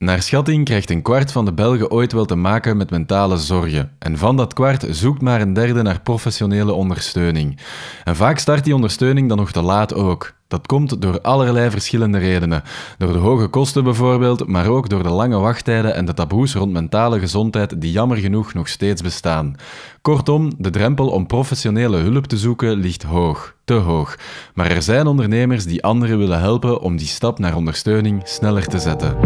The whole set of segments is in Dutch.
Naar schatting krijgt een kwart van de Belgen ooit wel te maken met mentale zorgen. En van dat kwart zoekt maar een derde naar professionele ondersteuning. En vaak start die ondersteuning dan nog te laat ook. Dat komt door allerlei verschillende redenen. Door de hoge kosten bijvoorbeeld, maar ook door de lange wachttijden en de taboes rond mentale gezondheid die jammer genoeg nog steeds bestaan. Kortom, de drempel om professionele hulp te zoeken ligt hoog, te hoog. Maar er zijn ondernemers die anderen willen helpen om die stap naar ondersteuning sneller te zetten.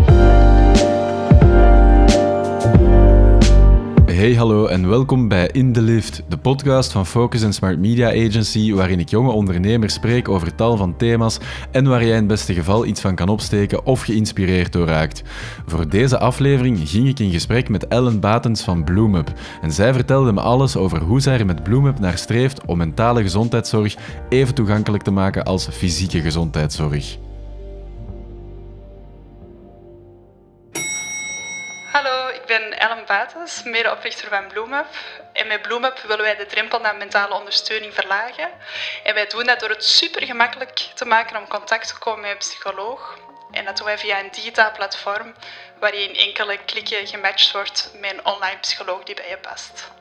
Hey, hallo en welkom bij In The Lift, de podcast van Focus & Smart Media Agency, waarin ik jonge ondernemers spreek over tal van thema's en waar jij in het beste geval iets van kan opsteken of geïnspireerd door raakt. Voor deze aflevering ging ik in gesprek met Ellen Batens van Bloom-Up en zij vertelde me alles over hoe zij er met Bloom-Up naar streeft om mentale gezondheidszorg even toegankelijk te maken als fysieke gezondheidszorg. Hallo, ik ben Ellen Batens, medeoprichter van Bloom-Up. En met Bloom-Up willen wij de drempel naar mentale ondersteuning verlagen. En wij doen dat door het super gemakkelijk te maken om contact te komen met een psycholoog. En dat doen wij via een digitaal platform waar je in enkele klikken gematcht wordt met een online psycholoog die bij je past.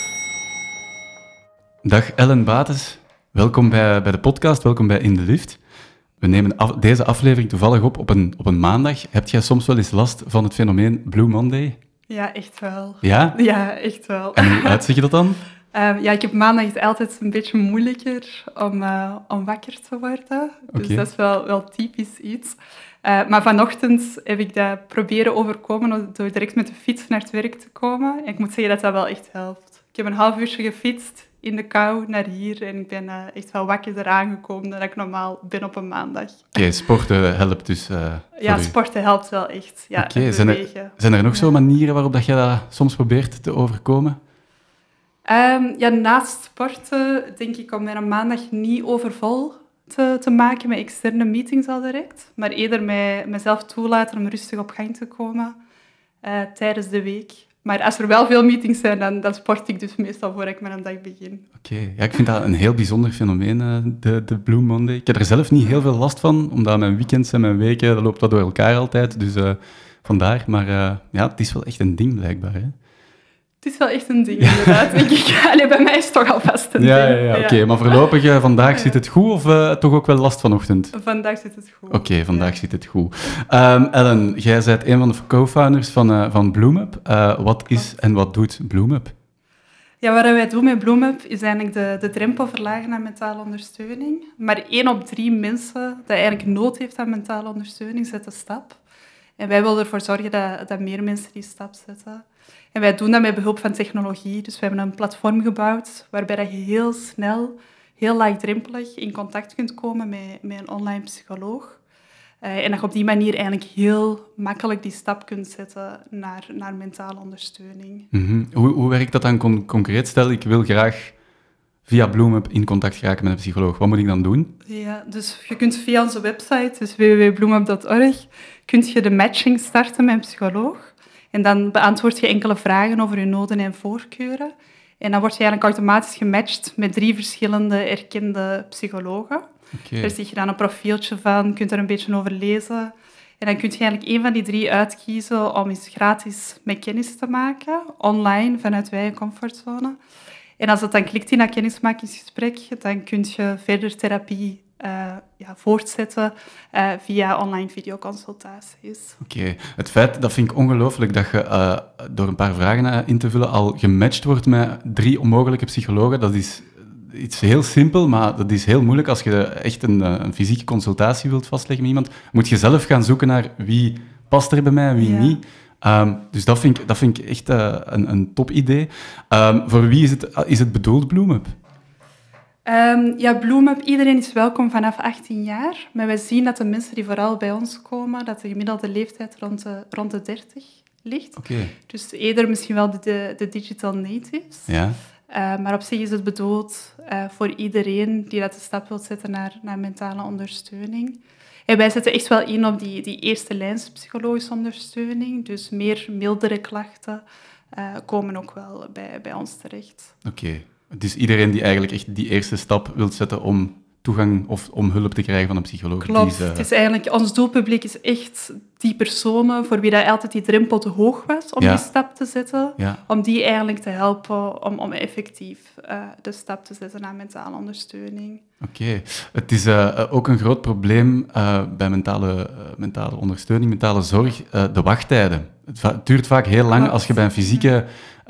Dag Ellen Batens, welkom bij de podcast, welkom bij In The Lift. We nemen deze aflevering toevallig op een maandag. Heb jij soms wel eens last van het fenomeen Blue Monday? Ja, echt wel. Ja? Ja, echt wel. En hoe uitziet je dat dan? Ik heb maandag het altijd een beetje moeilijker om wakker te worden. Dus Okay. dat is wel typisch iets. Maar vanochtend heb ik dat proberen overkomen door direct met de fiets naar het werk te komen. En ik moet zeggen dat dat wel echt helpt. Ik heb een half uurtje gefietst in de kou naar hier en ik ben echt wel wakkerder aangekomen dan ik normaal ben op een maandag. Oké, sporten helpt dus Ja, voor u. sporten helpt wel echt. Ja, Oké, en bewegen. zijn er nog zo Ja. manieren waarop dat je dat soms probeert te overkomen? Naast sporten denk ik om mijn maandag niet overvol te maken met externe meetings al direct, maar eerder mezelf toelaten om rustig op gang te komen tijdens de week. Maar als er wel veel meetings zijn, dan sport ik dus meestal voor ik met een dag begin. Oké, ja, ik vind dat een heel bijzonder fenomeen, de Blue Monday. Ik heb er zelf niet heel veel last van, omdat mijn weekends en mijn weken, dat loopt wat door elkaar altijd, dus vandaar. Maar ja, het is wel echt een ding blijkbaar, hè? Het is wel echt een ding, inderdaad, denk ik. Allee, bij mij is het toch alvast een Ja, ding. ja, ja. Oké, maar voorlopig, vandaag zit het goed of toch ook wel last vanochtend? Vandaag zit het goed. Oké, vandaag zit het goed. Ellen, jij bent een van de co-founders van Bloom-Up. Wat is en wat doet Bloom-Up? Ja, wat wij doen met Bloom-Up is eigenlijk de drempel verlagen naar mentale ondersteuning. Maar 1 op 3 mensen die eigenlijk nood heeft aan mentale ondersteuning, zet de stap. En wij willen ervoor zorgen dat meer mensen die stap zetten. En wij doen dat met behulp van technologie. Dus we hebben een platform gebouwd waarbij je heel snel, heel laagdrempelig in contact kunt komen met een online psycholoog. En dat je op die manier eigenlijk heel makkelijk die stap kunt zetten naar mentale ondersteuning. Mhm. Hoe werkt dat dan concreet? Stel, ik wil graag via Bloom-Up in contact geraken met een psycholoog. Wat moet ik dan doen? Ja, dus je kunt via onze website, dus www.bloomup.org, kun je de matching starten met een psycholoog. En dan beantwoord je enkele vragen over je noden en voorkeuren. En dan word je eigenlijk automatisch gematcht met 3 verschillende erkende psychologen. Oké. Daar zie je dan een profieltje van, kunt er een beetje over lezen. En dan kun je eigenlijk 1 van die 3 uitkiezen om eens gratis met kennis te maken, online, vanuit je eigen comfortzone. En als het dan klikt in dat kennismakingsgesprek, dan kun je verder therapie voortzetten via online videoconsultaties. Oké. Het feit, dat vind ik ongelooflijk, dat je door een paar vragen in te vullen al gematcht wordt met 3 onmogelijke psychologen. Dat is iets heel simpel, maar dat is heel moeilijk. Als je echt een fysieke consultatie wilt vastleggen met iemand, moet je zelf gaan zoeken naar wie past er bij mij en wie niet. Dus dat vind ik echt een top idee. Voor wie is het bedoeld, Bloom-Up? Bloom-Up, iedereen is welkom vanaf 18 jaar. Maar wij zien dat de mensen die vooral bij ons komen, dat de gemiddelde leeftijd rond de 30 ligt. Oké. Dus eerder misschien wel de digital natives. Ja. Maar op zich is het bedoeld voor iedereen die dat de stap wil zetten naar mentale ondersteuning. En wij zetten echt wel in op die eerste lijns psychologische ondersteuning. Dus meer mildere klachten komen ook wel bij ons terecht. Oké. Dus iedereen die eigenlijk echt die eerste stap wil zetten om toegang of om hulp te krijgen van een psycholoog. Klopt. Het is eigenlijk, ons doelpubliek is echt die personen voor wie dat altijd die drempel te hoog was om die stap te zetten. Ja. Om die eigenlijk te helpen om effectief de stap te zetten naar mentale ondersteuning. Oké. Het is ook een groot probleem bij mentale ondersteuning, mentale zorg, de wachttijden. Het duurt vaak heel lang. Als je bij een fysieke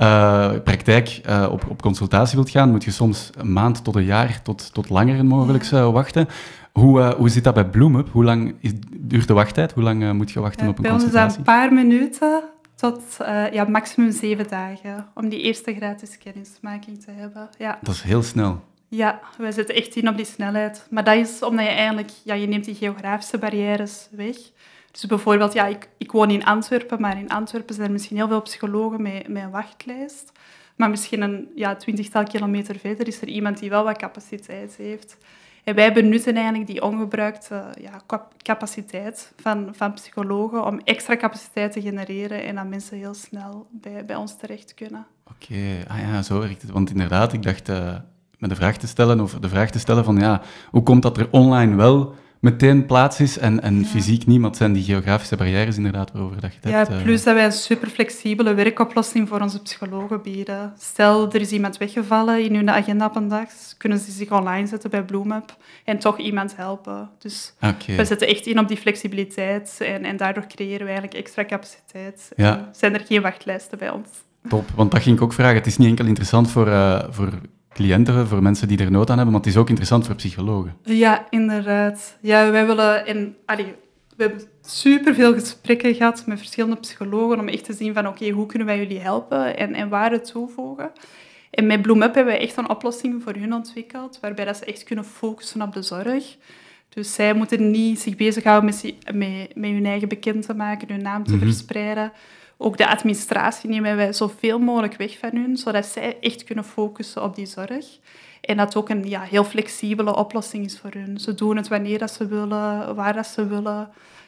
praktijk op consultatie wilt gaan, moet je soms een maand tot een jaar, tot langer mogelijk wachten. Hoe zit dat bij BloomUp? Hoe lang duurt de wachttijd? Hoe lang moet je wachten op een consultatie? Bij ons is dat een paar minuten tot maximum 7 dagen om die eerste gratis kennismaking te hebben. Ja. Dat is heel snel. Ja, wij zetten echt in op die snelheid. Maar dat is omdat je eigenlijk... Ja, je neemt die geografische barrières weg. Dus bijvoorbeeld, ik woon in Antwerpen, maar in Antwerpen zijn er misschien heel veel psychologen met een wachtlijst. Maar misschien een 20-tal kilometer verder is er iemand die wel wat capaciteit heeft. En wij benutten eigenlijk die ongebruikte capaciteit van psychologen om extra capaciteit te genereren en dat mensen heel snel bij ons terecht kunnen. Oké, zo werkt het. Want inderdaad, ik dacht met de vraag te stellen van hoe komt dat er online wel meteen plaats is en fysiek niet, maar het zijn die geografische barrières inderdaad waarover dat je het hebt. Plus dat wij een super flexibele werkoplossing voor onze psychologen bieden. Stel, er is iemand weggevallen in hun agenda op een dag, kunnen ze zich online zetten bij BloomUp en toch iemand helpen. Dus we zetten echt in op die flexibiliteit en daardoor creëren we eigenlijk extra capaciteit. En zijn er geen wachtlijsten bij ons. Top, want dat ging ik ook vragen. Het is niet enkel interessant voor cliënten, voor mensen die er nood aan hebben, maar het is ook interessant voor psychologen. Ja, inderdaad. Ja, we hebben superveel gesprekken gehad met verschillende psychologen om echt te zien van hoe kunnen wij jullie helpen en waarde toevoegen. En met BloomUp hebben we echt een oplossing voor hun ontwikkeld, waarbij dat ze echt kunnen focussen op de zorg. Dus zij moeten niet zich bezighouden met hun eigen bekend te maken, hun naam te verspreiden. Ook de administratie nemen wij zoveel mogelijk weg van hun, zodat zij echt kunnen focussen op die zorg. En dat ook een heel flexibele oplossing is voor hun. Ze doen het wanneer dat ze willen, waar dat ze willen.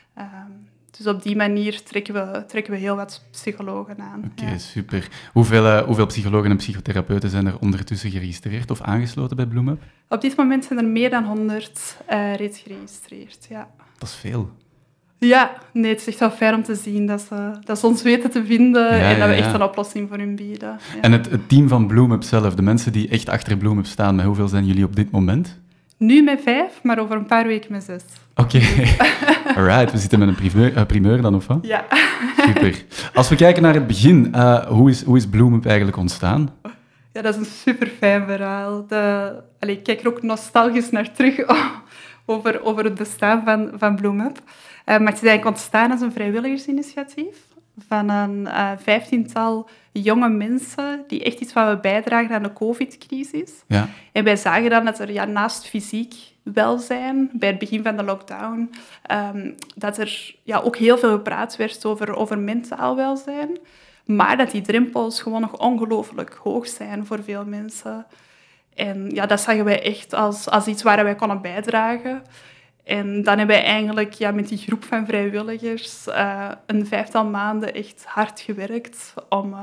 Dus op die manier trekken we heel wat psychologen aan. Oké, super. Hoeveel psychologen en psychotherapeuten zijn er ondertussen geregistreerd of aangesloten bij BloomUp? Op dit moment zijn er meer dan 100 reeds geregistreerd, ja. Dat is veel. Ja, nee, het is echt wel fijn om te zien dat ze ons weten te vinden en dat we echt een oplossing voor hun bieden. Ja. En het team van BloomUp zelf, de mensen die echt achter BloomUp staan, met hoeveel zijn jullie op dit moment? Nu met 5, maar over een paar weken met 6. Oké. Alright, we zitten met een primeur dan, of wat? Ja. Super. Als we kijken naar het begin, hoe is BloomUp eigenlijk ontstaan? Ja, dat is een super fijn verhaal. Ik kijk er ook nostalgisch naar terug over het bestaan van BloomUp. Maar het is eigenlijk ontstaan als een vrijwilligersinitiatief van een 15-tal jonge mensen die echt iets wilden bijdragen aan de COVID-crisis. Ja. En wij zagen dan dat er naast fysiek welzijn, bij het begin van de lockdown, dat er ook heel veel gepraat werd over mentaal welzijn, maar dat die drempels gewoon nog ongelooflijk hoog zijn voor veel mensen. En dat zagen wij echt als iets waar wij konden bijdragen. En dan hebben wij eigenlijk met die groep van vrijwilligers een 5-tal maanden echt hard gewerkt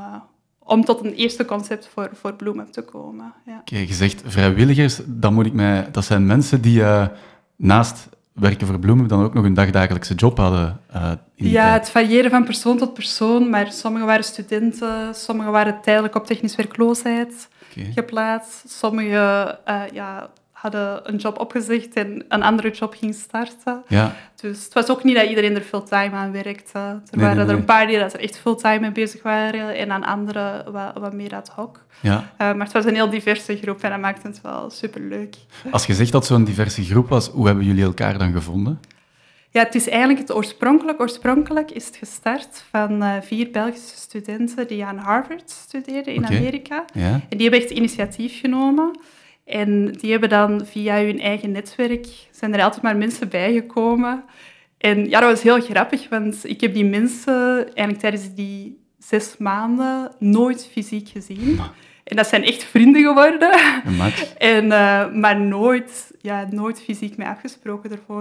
om tot een eerste concept voor BloomUp te komen. Ja. Oké, je zegt vrijwilligers, dat zijn mensen die naast werken voor BloomUp dan ook nog een dagdagelijkse job hadden. Het variëren van persoon tot persoon, maar sommigen waren studenten, sommigen waren tijdelijk op technisch werkloosheid geplaatst, sommigen hadden een job opgezegd en een andere job ging starten. Ja. Dus het was ook niet dat iedereen er fulltime aan werkte. Er waren er een paar die er echt fulltime mee bezig waren en aan anderen wat meer ad hoc. Ja. Maar het was een heel diverse groep en dat maakte het wel superleuk. Als je zegt dat zo'n diverse groep was, hoe hebben jullie elkaar dan gevonden? Ja, het is eigenlijk het oorspronkelijk is het gestart van 4 Belgische studenten die aan Harvard studeerden in Amerika. Ja. En die hebben echt initiatief genomen. En die hebben dan via hun eigen netwerk, zijn er altijd maar mensen bijgekomen. En dat was heel grappig, want ik heb die mensen eigenlijk tijdens die 6 maanden nooit fysiek gezien. En dat zijn echt vrienden geworden. Maar nooit fysiek mee afgesproken ervoor.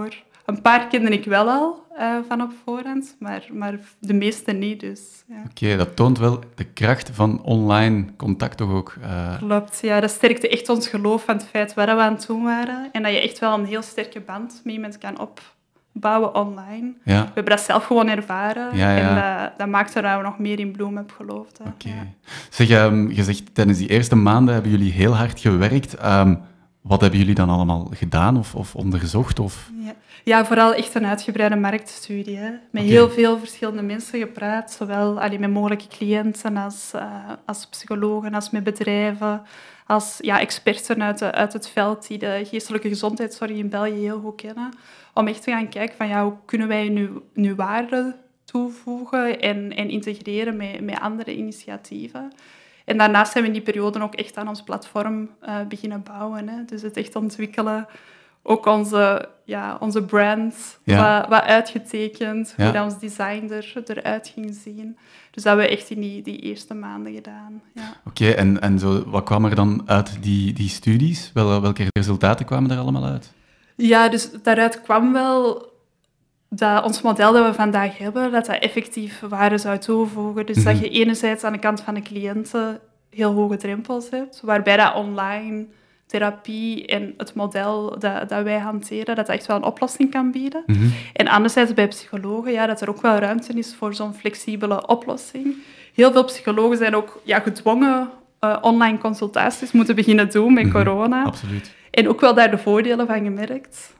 Een paar kende ik wel al van op voorhand, maar de meeste niet. Dus, ja. Oké, dat toont wel de kracht van online contact toch ook. Klopt, ja. Dat sterkte echt ons geloof van het feit waar we aan het doen waren. En dat je echt wel een heel sterke band met iemand kan opbouwen online. Ja. We hebben dat zelf gewoon ervaren. Ja, ja. En dat maakte dat we nog meer in Bloomhub geloofden. Oké. Ja. Zeg, je zegt tijdens die eerste maanden hebben jullie heel hard gewerkt. Wat hebben jullie dan allemaal gedaan of onderzocht? Of... Ja, vooral echt een uitgebreide marktstudie. Hè. Met heel veel verschillende mensen gepraat, zowel met mogelijke cliënten als psychologen, als met bedrijven, als experten uit het veld die de geestelijke gezondheidszorg in België heel goed kennen. Om echt te gaan kijken van hoe kunnen wij nu waarde toevoegen en integreren met andere initiatieven. En daarnaast zijn we in die periode ook echt aan ons platform beginnen bouwen. Hè. Dus het echt ontwikkelen. Ook onze brand, wat uitgetekend, hoe dat ons design eruit ging zien. Dus dat hebben we echt in die eerste maanden gedaan. Ja. Oké, en zo, wat kwam er dan uit die studies? Welke resultaten kwamen er allemaal uit? Ja, dus daaruit kwam wel dat ons model dat we vandaag hebben, dat effectief waarde zou toevoegen. Dus dat je enerzijds aan de kant van de cliënten heel hoge drempels hebt, waarbij dat online therapie en het model dat wij hanteren, dat echt wel een oplossing kan bieden. En anderzijds bij psychologen, dat er ook wel ruimte is voor zo'n flexibele oplossing. Heel veel psychologen zijn ook gedwongen online consultaties moeten beginnen doen met corona. Absoluut. En ook wel daar de voordelen van gemerkt.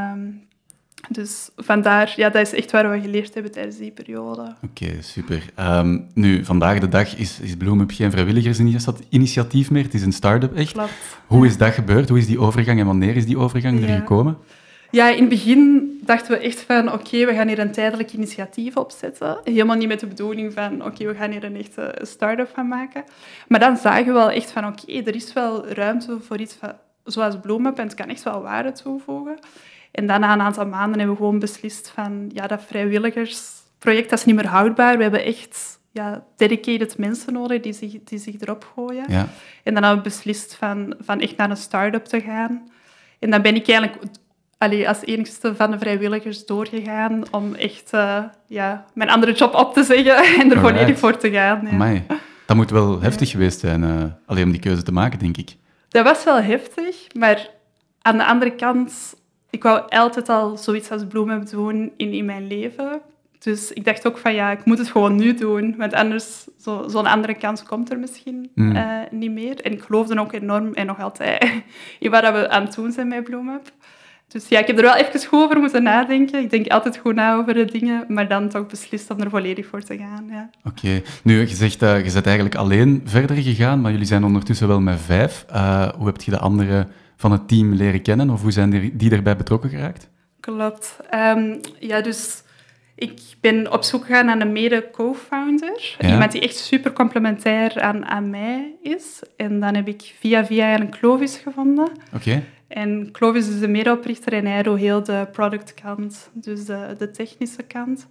Dus vandaar, dat is echt waar we geleerd hebben tijdens die periode. Oké, super. Nu, vandaag de dag is Bloomhub geen vrijwilligersinitiatief meer. Het is een start-up, echt. Klopt. Hoe is dat gebeurd? Hoe is die overgang en wanneer is die overgang er gekomen? Ja, in het begin dachten we echt van, we gaan hier een tijdelijk initiatief opzetten. Helemaal niet met de bedoeling van, we gaan hier een echte start-up van maken. Maar dan zagen we wel echt van, er is wel ruimte voor iets zoals Bloomhub en het kan echt wel waarde toevoegen. En dan na een aantal maanden hebben we gewoon beslist van, dat vrijwilligersproject, dat is niet meer houdbaar. We hebben echt dedicated mensen nodig die zich erop gooien. Ja. En dan hebben we beslist van echt naar een start-up te gaan. En dan ben ik eigenlijk als enigste van de vrijwilligers doorgegaan om echt mijn andere job op te zeggen en er volledig voor te gaan. Ja. Amai. Dat moet wel heftig geweest zijn, alleen om die keuze te maken, denk ik. Dat was wel heftig, maar aan de andere kant, ik wou altijd al zoiets als Bloomhub doen in mijn leven. Dus ik dacht ook van, ik moet het gewoon nu doen, want anders, zo'n andere kans komt er misschien niet meer. En ik geloofde ook enorm, en nog altijd, in wat we aan het doen zijn met Bloomhub. Dus ik heb er wel even goed over moeten nadenken. Ik denk altijd goed na over de dingen, maar dan toch beslist om er volledig voor te gaan. Ja. Oké. Nu, je zegt, je bent eigenlijk alleen verder gegaan, maar jullie zijn ondertussen wel met 5. Hoe heb je de anderen van het team leren kennen, of hoe zijn die erbij betrokken geraakt? Klopt. Dus ik ben op zoek gegaan naar een mede-co-founder. Ja. Iemand die echt super complementair aan mij is. En dan heb ik via een Clovis gevonden. Oké. En Clovis is de medeoprichter en hij doet heel de productkant, dus de technische kant.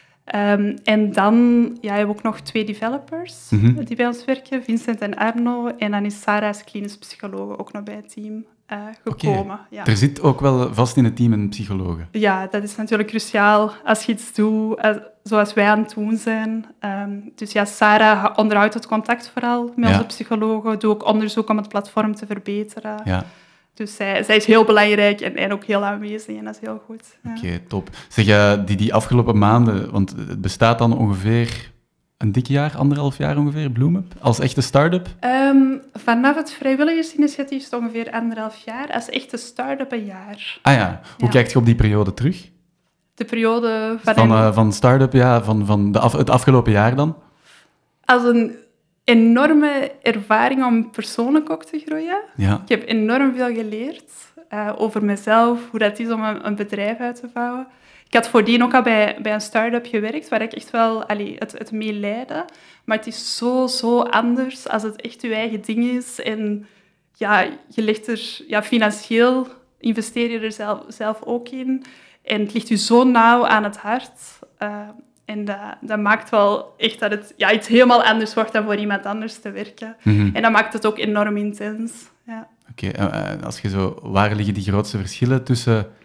En dan hebben we ook nog 2 developers die bij ons werken, Vincent en Arno. En dan is Sarah als klinisch psycholoog ook nog bij het team gekomen. Okay. Ja. Er zit ook wel vast in het team een psycholoog. Ja, dat is natuurlijk cruciaal als je iets doet zoals wij aan het doen zijn. Dus Sarah onderhoudt het contact vooral met onze psychologen, doet ook onderzoek om het platform te verbeteren. Ja. Dus zij is heel belangrijk en ook heel aanwezig en dat is heel goed. Ja. Oké, top. Zeg, die afgelopen maanden, want het bestaat dan ongeveer een dik jaar, 1,5 jaar ongeveer, Bloomhub, als echte start-up? Vanaf het vrijwilligersinitiatief is het ongeveer 1,5 jaar, als echte start-up een jaar. Ah ja, hoe kijk je op die periode terug? De periode van start-up, van het afgelopen jaar dan? Als een enorme ervaring om persoonlijk ook te groeien. Ja. Ik heb enorm veel geleerd over mezelf, hoe dat is om een bedrijf uit te bouwen. Ik had voordien ook al bij een start-up gewerkt, waar ik echt wel het mee leidde. Maar het is zo anders als het echt je eigen ding is. En je legt er financieel, investeer je er zelf ook in. En het ligt je zo nauw aan het hart. En dat maakt wel echt dat het iets helemaal anders wordt dan voor iemand anders te werken. En dat maakt het ook enorm intens. Ja. Oké, waar liggen die grootste verschillen tussen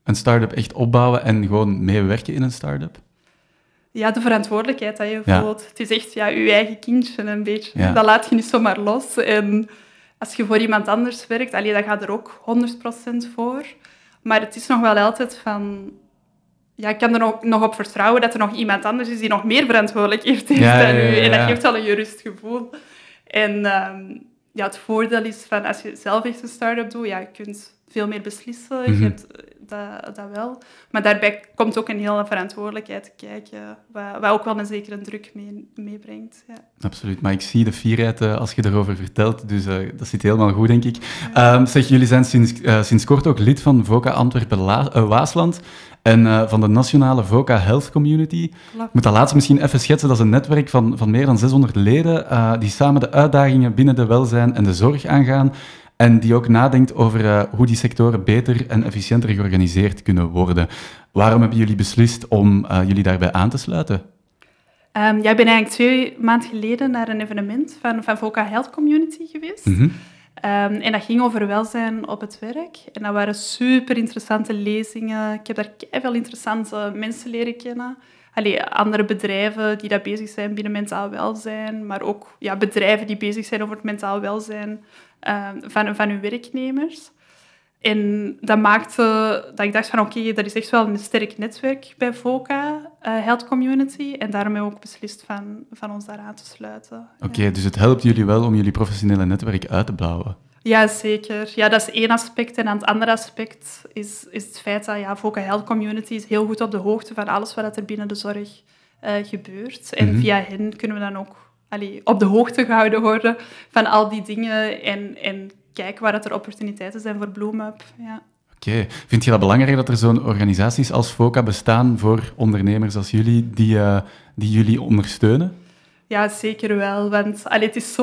een start-up echt opbouwen en gewoon meewerken in een start-up? Ja, de verantwoordelijkheid dat je Ja. voelt. Het is echt je eigen kindje een beetje. Ja. Dat laat je niet zomaar los. En als je voor iemand anders werkt, dan gaat er ook 100% voor. Maar het is nog wel altijd van... Ja, ik kan er nog op vertrouwen dat er nog iemand anders is die nog meer verantwoordelijkheid heeft dan u. En dat geeft wel een gerust gevoel. En het voordeel is van als je zelf echt een start-up doet, je kunt veel meer beslissen. Je hebt dat wel. Maar daarbij komt ook een hele verantwoordelijkheid kijken, wat ook wel een zekere druk meebrengt. Ja. Absoluut, maar ik zie de fierheid als je erover vertelt, dus dat zit helemaal goed, denk ik. Zeg, jullie zijn sinds kort ook lid van VOCA Antwerpen-Waasland en van de nationale VOCA Health Community. Klopt. Ik moet dat laatste misschien even schetsen. Dat is een netwerk van meer dan 600 leden die samen de uitdagingen binnen de welzijn en de zorg aangaan en die ook nadenkt over hoe die sectoren beter en efficiënter georganiseerd kunnen worden. Waarom hebben jullie beslist om jullie daarbij aan te sluiten? Ik ben eigenlijk 2 maanden geleden naar een evenement van VOCA Health Community geweest. En dat ging over welzijn op het werk. En dat waren super interessante lezingen. Ik heb daar veel interessante mensen leren kennen. Andere bedrijven die daar bezig zijn binnen mentaal welzijn, maar ook bedrijven die bezig zijn over het mentaal welzijn van hun werknemers. En dat maakte dat ik dacht van oké, dat is echt wel een sterk netwerk bij VOCA Health Community. En daarom hebben we ook beslist van ons daaraan te sluiten. Oké, dus het helpt jullie wel om jullie professionele netwerk uit te bouwen? Ja, zeker. Ja, dat is één aspect. En aan het andere aspect is het feit dat VOCA Health Community is heel goed op de hoogte van alles wat er binnen de zorg gebeurt. En via hen kunnen we dan ook op de hoogte gehouden worden van al die dingen en kijken waar er opportuniteiten zijn voor Bloom-Up. Ja. Oké. Vind je dat belangrijk dat er zo'n organisaties als VOCA bestaan voor ondernemers als jullie, die jullie ondersteunen? Ja, zeker wel. Want het is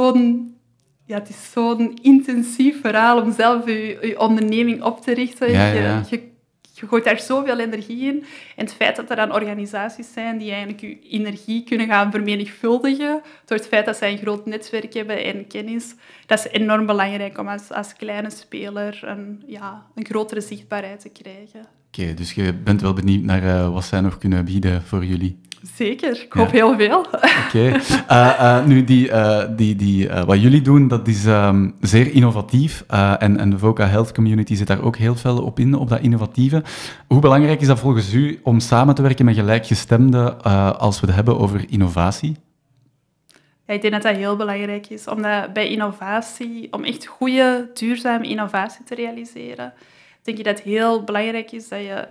zo'n intensief verhaal om zelf je onderneming op te richten. Ja. Je gooit daar zoveel energie in. En het feit dat er dan organisaties zijn die eigenlijk je energie kunnen gaan vermenigvuldigen, door het feit dat zij een groot netwerk hebben en kennis, dat is enorm belangrijk om als kleine speler een grotere zichtbaarheid te krijgen. Oké, dus je bent wel benieuwd naar wat zij nog kunnen bieden voor jullie? Zeker, ik hoop heel veel. Oké. Nu, wat jullie doen, dat is zeer innovatief. En de VOCA Health Community zit daar ook heel veel op in, op dat innovatieve. Hoe belangrijk is dat volgens u om samen te werken met gelijkgestemden als we het hebben over innovatie? Ja, ik denk dat dat heel belangrijk is, omdat bij innovatie, om echt goede, duurzame innovatie te realiseren, denk ik dat het heel belangrijk is dat je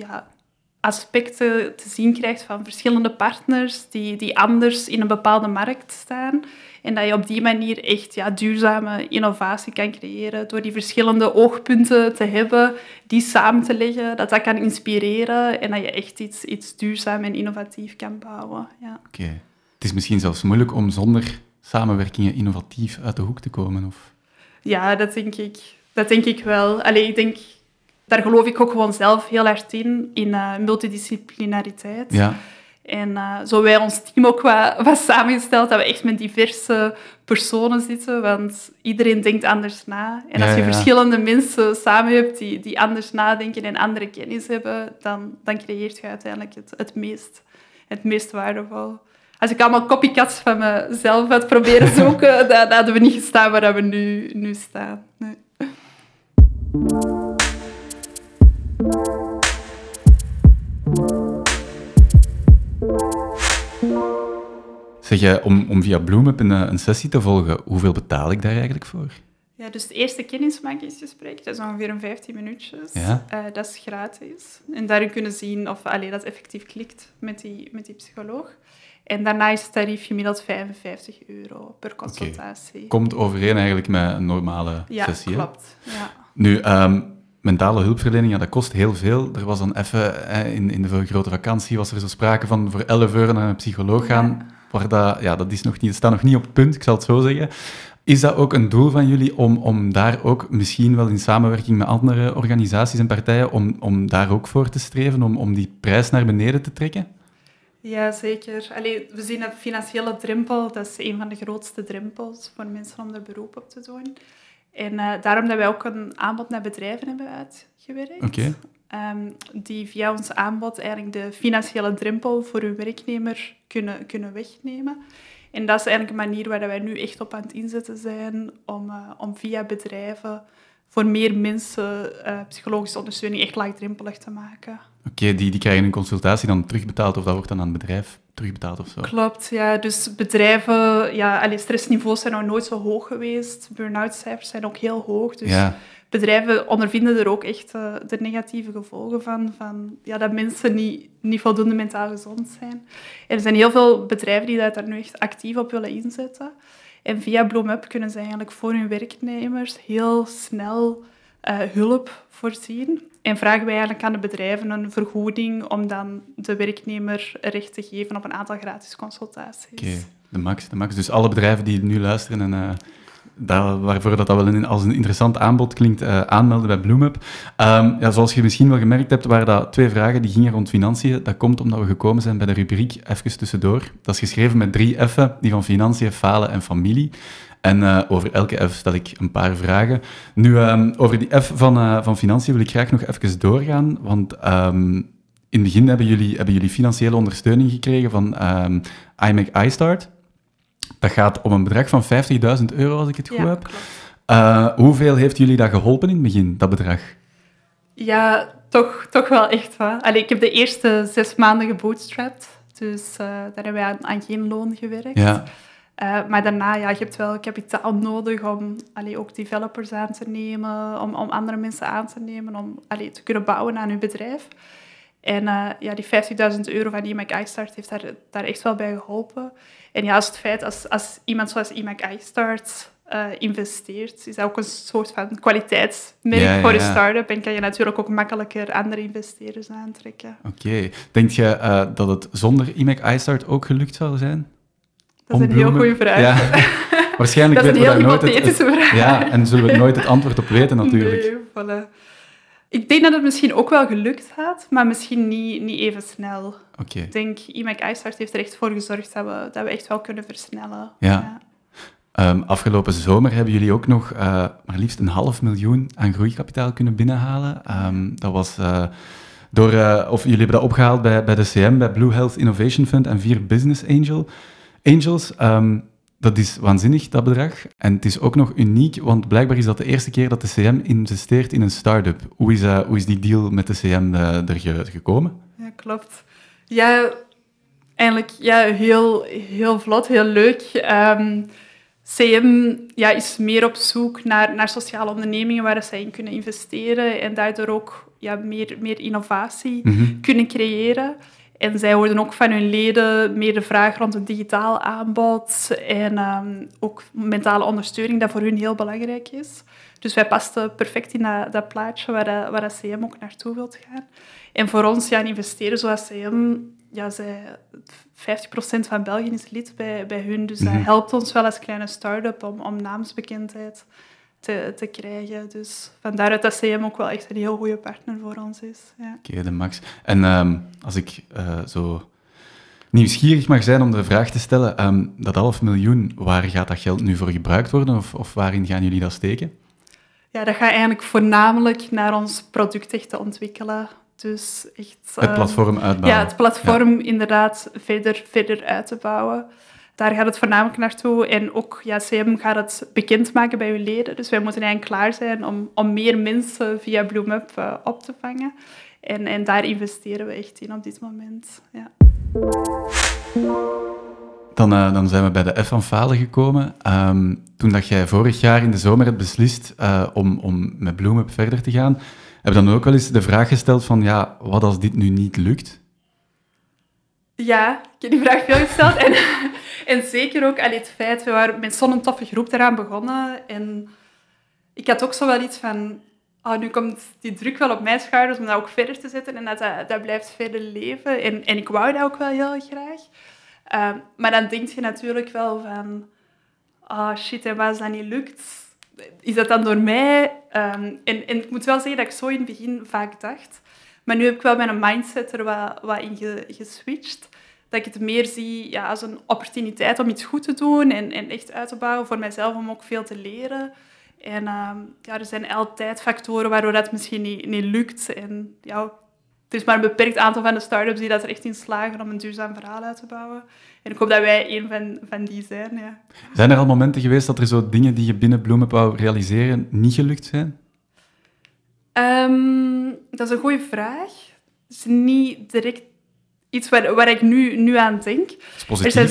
aspecten te zien krijgt van verschillende partners die anders in een bepaalde markt staan. En dat je op die manier echt duurzame innovatie kan creëren door die verschillende oogpunten te hebben, die samen te leggen, dat kan inspireren en dat je echt iets duurzaam en innovatief kan bouwen. Ja. Oké. Het is misschien zelfs moeilijk om zonder samenwerkingen innovatief uit de hoek te komen, of? Ja, dat denk ik. Dat denk ik wel. Daar geloof ik ook gewoon zelf heel hard in multidisciplinariteit. Ja. En zo wij ons team ook wat samengesteld, dat we echt met diverse personen zitten, want iedereen denkt anders na. En als je verschillende mensen samen hebt die anders nadenken en andere kennis hebben, dan creëert je uiteindelijk het meest waardevol. Als ik allemaal copycats van mezelf had proberen zoeken, dan hadden we niet gestaan waar we nu staan. Nee. Zeg je, om via Bloom-Up een sessie te volgen, hoeveel betaal ik daar eigenlijk voor? Ja, dus het eerste kennismakingsgesprek, dat is ongeveer 15 minuutjes. Ja. Dat is gratis. En daarin kunnen zien of dat effectief klikt met die psycholoog. En daarna is het tarief gemiddeld €55 per consultatie. Okay. Komt overeen eigenlijk met een normale sessie. Ja, klopt. Ja. Nu, mentale hulpverlening, dat kost heel veel. Er was dan even, in de grote vakantie, was er zo sprake van voor €11 naar een psycholoog gaan. Waar dat staat nog niet op het punt, ik zal het zo zeggen. Is dat ook een doel van jullie om daar ook misschien wel in samenwerking met andere organisaties en partijen, om daar ook voor te streven, om die prijs naar beneden te trekken? Ja, zeker. We zien dat financiële drempel, dat is een van de grootste drempels voor mensen om er beroep op te doen. En daarom dat wij ook een aanbod naar bedrijven hebben uitgewerkt. Okay. die via ons aanbod eigenlijk de financiële drempel voor hun werknemer kunnen wegnemen. En dat is eigenlijk een manier waar wij nu echt op aan het inzetten zijn om via bedrijven voor meer mensen psychologische ondersteuning echt laagdrempelig te maken. Oké, die krijgen een consultatie dan terugbetaald of dat wordt dan aan het bedrijf terugbetaald of zo? Klopt, ja. Dus bedrijven, stressniveaus zijn nog nooit zo hoog geweest. Burn-out-cijfers zijn ook heel hoog. Dus bedrijven ondervinden er ook echt de negatieve gevolgen van dat mensen niet voldoende mentaal gezond zijn. En er zijn heel veel bedrijven die daar nu echt actief op willen inzetten. En via BloomUp kunnen ze eigenlijk voor hun werknemers heel snel hulp voorzien. En vragen wij eigenlijk aan de bedrijven een vergoeding om dan de werknemer recht te geven op een aantal gratis consultaties. Oké, de max. Dus alle bedrijven die nu luisteren en waarvoor dat wel als een interessant aanbod klinkt, aanmelden bij BloomUp. Zoals je misschien wel gemerkt hebt, waren dat 2 vragen die gingen rond financiën. Dat komt omdat we gekomen zijn bij de rubriek Even tussendoor. Dat is geschreven met 3 F'en, die van financiën, falen en familie. En over elke F stel ik een paar vragen. Nu, over die F van financiën wil ik graag nog even doorgaan, want in het begin hebben jullie financiële ondersteuning gekregen van iMac iStart. Dat gaat om een bedrag van €50.000, als ik het goed heb. Hoeveel heeft jullie dat geholpen in het begin, dat bedrag? Ja, toch wel echt. Ik heb de eerste 6 maanden gebootstrapped, dus daar hebben wij aan geen loon gewerkt. Ja. Maar daarna, je hebt wel kapitaal nodig om ook developers aan te nemen, om andere mensen aan te nemen, om te kunnen bouwen aan je bedrijf. En die €50.000 van iMac iStart heeft daar echt wel bij geholpen. En als het feit, als iemand zoals iMac iStart investeert, is dat ook een soort van kwaliteitsmerk voor een start-up en kan je natuurlijk ook makkelijker andere investeerders aantrekken. Oké. Denk je dat het zonder iMac iStart ook gelukt zou zijn? Dat is een heel goede vraag. Ja. Waarschijnlijk dat is een heel nooit hypothetische vraag. Ja, en zullen we nooit het antwoord op weten natuurlijk. Nee, voilà. Ik denk dat het misschien ook wel gelukt had, maar misschien niet even snel. Okay. Ik denk, iMac iStart heeft er echt voor gezorgd dat we echt wel kunnen versnellen. Ja. Afgelopen zomer hebben jullie ook nog maar liefst €500.000 aan groeikapitaal kunnen binnenhalen. Dat was jullie hebben dat opgehaald bij de CM, bij Blue Health Innovation Fund en 4 Business Angels. Dat is waanzinnig, dat bedrag. En het is ook nog uniek, want blijkbaar is dat de eerste keer dat de CM investeert in een start-up. Hoe is die deal met de CM er gekomen? Ja, klopt. Ja, eigenlijk heel vlot, heel leuk. CM is meer op zoek naar sociale ondernemingen waar zij in kunnen investeren en daardoor ook meer innovatie kunnen creëren. En zij hoorden ook van hun leden meer de vraag rond het digitaal aanbod en ook mentale ondersteuning, dat voor hun heel belangrijk is. Dus wij pasten perfect in dat plaatje waar dat CM ook naartoe wilt gaan. En voor ons, een investeerder zoals CM, 50% van België is lid bij hun. Dus dat helpt ons wel als kleine start-up om naamsbekendheid te krijgen. Dus vandaar dat CM ook wel echt een heel goede partner voor ons is. Ja. Oké, de max. En als ik zo nieuwsgierig mag zijn om de vraag te stellen, dat €500.000, waar gaat dat geld nu voor gebruikt worden of waarin gaan jullie dat steken? Ja, dat gaat eigenlijk voornamelijk naar ons product echt te ontwikkelen. Dus echt, het platform uitbouwen. Ja, het platform inderdaad verder uit te bouwen. Daar gaat het voornamelijk naartoe. En ook, CM gaat het bekendmaken bij uw leden. Dus wij moeten eigenlijk klaar zijn om meer mensen via BloomUp op te vangen. En daar investeren we echt in op dit moment. Ja. Dan zijn we bij de F van falen gekomen. Toen dat jij vorig jaar in de zomer hebt beslist om met BloomUp verder te gaan, heb je dan ook wel eens de vraag gesteld van, wat als dit nu niet lukt? Ja, ik heb die vraag veel gesteld. En zeker ook het feit, we waren met zo'n toffe groep eraan begonnen. En ik had ook zo wel iets van, nu komt die druk wel op mijn schouders om dat ook verder te zetten. En dat blijft verder leven. En ik wou dat ook wel heel graag. Maar dan denk je natuurlijk wel van, shit, en als dat niet lukt, is dat dan door mij? En ik moet wel zeggen dat ik zo in het begin vaak dacht. Maar nu heb ik wel mijn mindset er wat in geswitcht. Dat ik het meer zie als een opportuniteit om iets goed te doen en echt uit te bouwen voor mijzelf, om ook veel te leren. En ja, er zijn altijd factoren waardoor dat misschien niet lukt. En ja, er is maar een beperkt aantal van de start-ups die dat er echt in slagen om een duurzaam verhaal uit te bouwen. En ik hoop dat wij een van die zijn. Ja. Zijn er al momenten geweest dat er zo dingen die je binnen Bloemup wou realiseren niet gelukt zijn? Dat is een goede vraag. Het is niet direct iets waar ik nu aan denk. Dat is positief.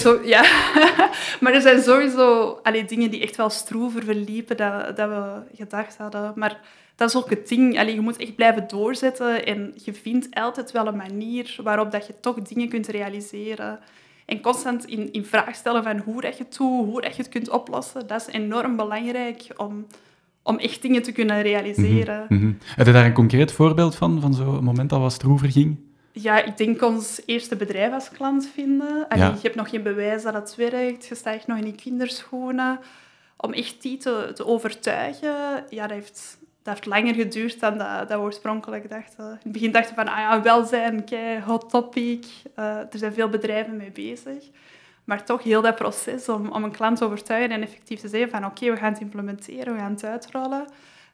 Maar er zijn sowieso dingen die echt wel stroever verliepen dan we gedacht hadden. Maar dat is ook het ding. Je moet echt blijven doorzetten en je vindt altijd wel een manier waarop dat je toch dingen kunt realiseren. En constant in vraag stellen van hoe dat je het doet, hoe dat je het kunt oplossen. Dat is enorm belangrijk om echt dingen te kunnen realiseren. Heb je daar een concreet voorbeeld van zo'n moment dat wat stroever ging? Ja, ik denk ons eerste bedrijf als klant vinden. Je hebt nog geen bewijs dat het werkt. Je staat echt nog in je kinderschoenen. Om echt die te overtuigen, ja, dat heeft langer geduurd dan dat we oorspronkelijk dachten. In het begin dachten we van, welzijn, kei, hot topic. Er zijn veel bedrijven mee bezig. Maar toch heel dat proces om een klant te overtuigen en effectief te zeggen van oké, we gaan het implementeren, we gaan het uitrollen.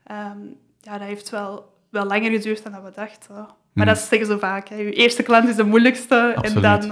Dat heeft wel langer geduurd dan we dachten. Maar dat zeggen ze vaak. Hè. Je eerste klant is de moeilijkste. Absoluut. En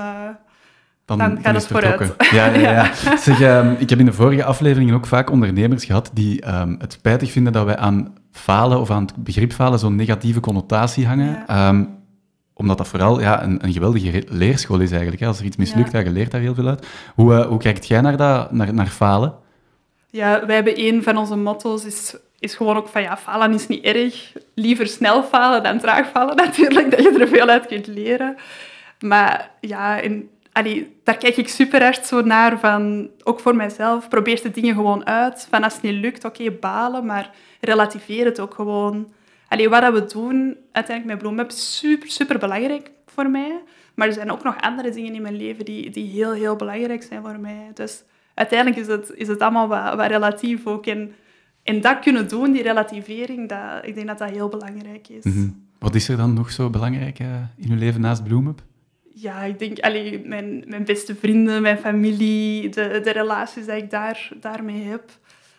dan gaat het vooruit. Ja. Zeg, ik heb in de vorige afleveringen ook vaak ondernemers gehad die het spijtig vinden dat wij aan falen of aan het begrip falen zo'n negatieve connotatie hangen. Ja. Omdat dat vooral een geweldige leerschool is eigenlijk. Hè. Als er iets mislukt, je leert daar heel veel uit. Hoe kijkt jij naar falen? Ja, wij hebben een van onze motto's is gewoon ook van falen is niet erg. Liever snel falen dan traag falen natuurlijk, dat je er veel uit kunt leren. Maar ja, daar kijk ik super hard zo naar van, ook voor mijzelf, probeer de dingen gewoon uit. Van als het niet lukt, oké, balen, maar relativeer het ook gewoon. Wat we doen uiteindelijk met Bloemup is super, super belangrijk voor mij. Maar er zijn ook nog andere dingen in mijn leven die heel, heel belangrijk zijn voor mij. Dus uiteindelijk is het allemaal wat relatief ook. En dat kunnen doen, die relativering, ik denk dat dat heel belangrijk is. Mm-hmm. Wat is er dan nog zo belangrijk in uw leven naast Bloemup? Ja, ik denk mijn beste vrienden, mijn familie, de relaties die ik daarmee heb.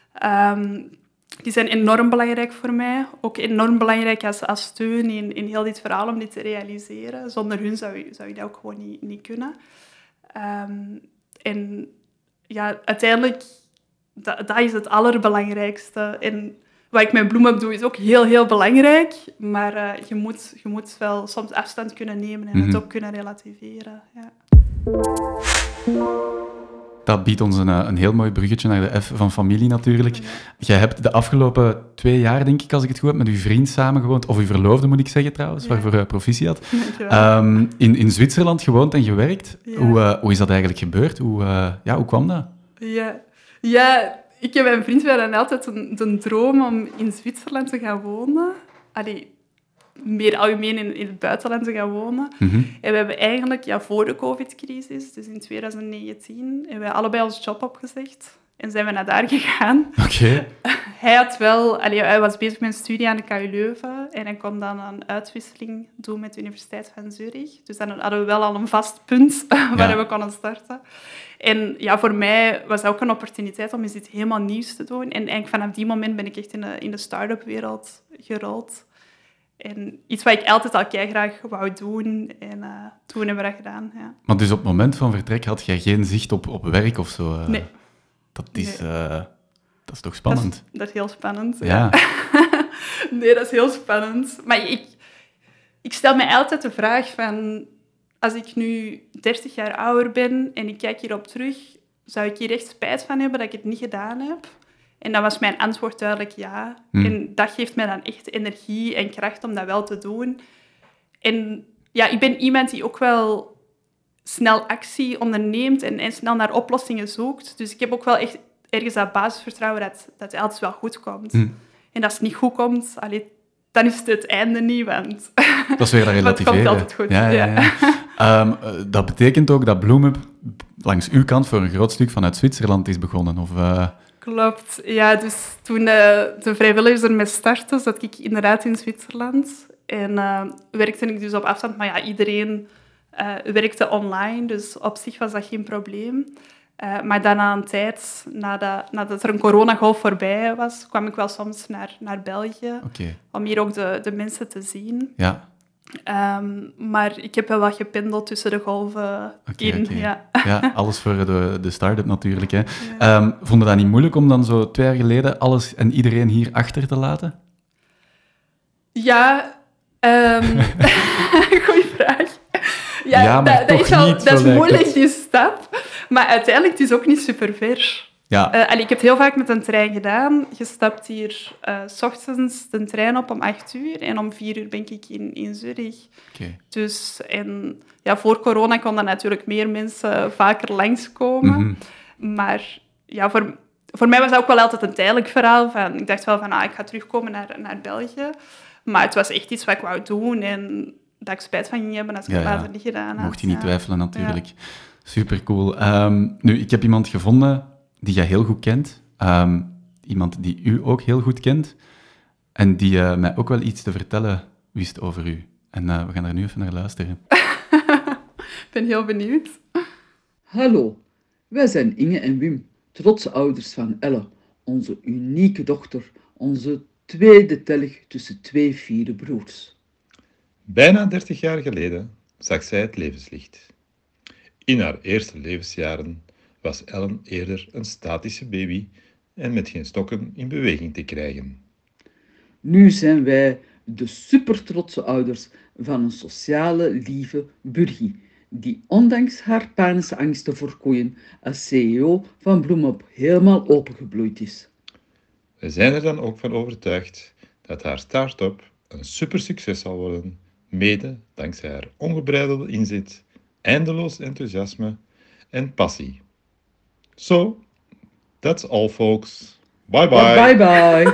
Die zijn enorm belangrijk voor mij. Ook enorm belangrijk als steun in heel dit verhaal om dit te realiseren. Zonder hun zou ik dat ook gewoon niet kunnen. En ja, uiteindelijk, dat is het allerbelangrijkste. En wat ik met Bloemup doe, is ook heel, heel belangrijk. Maar je moet wel soms afstand kunnen nemen en het ook kunnen relativeren. Ja. Dat biedt ons een heel mooi bruggetje naar de F van familie natuurlijk. Ja. Jij hebt de afgelopen 2 jaar, denk ik, als ik het goed heb, met uw vriend samengewoond. Of uw verloofde, moet ik zeggen trouwens, waarvoor proficiat. In Zwitserland gewoond en gewerkt. Ja. Hoe is dat eigenlijk gebeurd? Hoe kwam dat? Ja, ik en mijn vriend hadden altijd de droom om in Zwitserland te gaan wonen. Meer algemeen in het buitenland te gaan wonen. Mm-hmm. En we hebben eigenlijk, voor de COVID-crisis, dus in 2019, hebben we allebei ons job opgezegd. En zijn we naar daar gegaan. Okay. Hij was bezig met een studie aan de KU Leuven. En hij kon dan een uitwisseling doen met de Universiteit van Zurich. Dus dan hadden we wel al een vast punt waar we konden starten. En voor mij was dat ook een opportuniteit om eens iets helemaal nieuws te doen. En eigenlijk vanaf die moment ben ik echt in de start-up wereld gerold. En iets wat ik altijd al graag wou doen. En toen hebben we dat gedaan. Ja. Maar dus op het moment van vertrek had jij geen zicht op werk of zo? Nee. Dat is toch spannend? Dat is heel spannend. Ja. Nee, dat is heel spannend. Maar ik stel me altijd de vraag van... Als ik nu 30 jaar ouder ben en ik kijk hierop terug, zou ik hier echt spijt van hebben dat ik het niet gedaan heb? En dan was mijn antwoord duidelijk ja. En dat geeft mij dan echt energie en kracht om dat wel te doen. En ja, ik ben iemand die ook wel snel actie onderneemt en snel naar oplossingen zoekt. Dus ik heb ook wel echt ergens dat basisvertrouwen dat het altijd wel goed komt. En als het niet goed komt, dan is het einde niet, want... Dat is weer dat relativeren. Het komt altijd goed. Ja. Dat betekent ook dat Bloemup langs uw kant voor een groot stuk vanuit Zwitserland is begonnen, of... Klopt. Ja, dus toen de vrijwilligers ermee startten, zat ik inderdaad in Zwitserland. En werkte ik dus op afstand. Maar ja, iedereen werkte online, dus op zich was dat geen probleem. Maar dan aan een tijd, nadat er een coronagolf voorbij was, kwam ik wel soms naar België, om hier ook de mensen te zien. Ja. Maar ik heb wel wat gependeld tussen de golven in. Okay. Ja. Ja, alles voor de start-up natuurlijk. Hè. Ja. Vond je dat niet moeilijk om dan zo 2 jaar geleden alles en iedereen hier achter te laten? Ja, goeie vraag. Ja, maar dat is moeilijk, die stap. Maar uiteindelijk het is ook niet super ver. Ja. Ik heb het heel vaak met een trein gedaan. Je stapt hier 's ochtends de trein op om 8:00 en om 4:00 ben ik in Zurich. Okay. Dus, voor corona konden natuurlijk meer mensen vaker langskomen. Mm-hmm. Maar ja, voor mij was dat ook wel altijd een tijdelijk verhaal. Ik dacht wel van, ik ga terugkomen naar België. Maar het was echt iets wat ik wou doen en dat ik spijt van ging hebben als ik het later niet gedaan had. Mocht je niet twijfelen natuurlijk. Ja. Supercool. Nu, ik heb iemand gevonden die jij heel goed kent. Iemand die u ook heel goed kent. En die mij ook wel iets te vertellen wist over u. En we gaan er nu even naar luisteren. Ik ben heel benieuwd. Hallo, wij zijn Inge en Wim, trotse ouders van Elle, onze unieke dochter, onze tweede telg tussen 2 fiere broers. Bijna 30 jaar geleden zag zij het levenslicht. In haar eerste levensjaren was Ellen eerder een statische baby en met geen stokken in beweging te krijgen. Nu zijn wij de supertrotse ouders van een sociale, lieve Burgie, die ondanks haar panische angsten voor koeien als CEO van Bloemop helemaal opengebloeid is. We zijn er dan ook van overtuigd dat haar start-up een supersucces zal worden, mede dankzij haar ongebreidelde inzet, eindeloos enthousiasme en passie. So, that's all folks. Bye bye. Bye bye.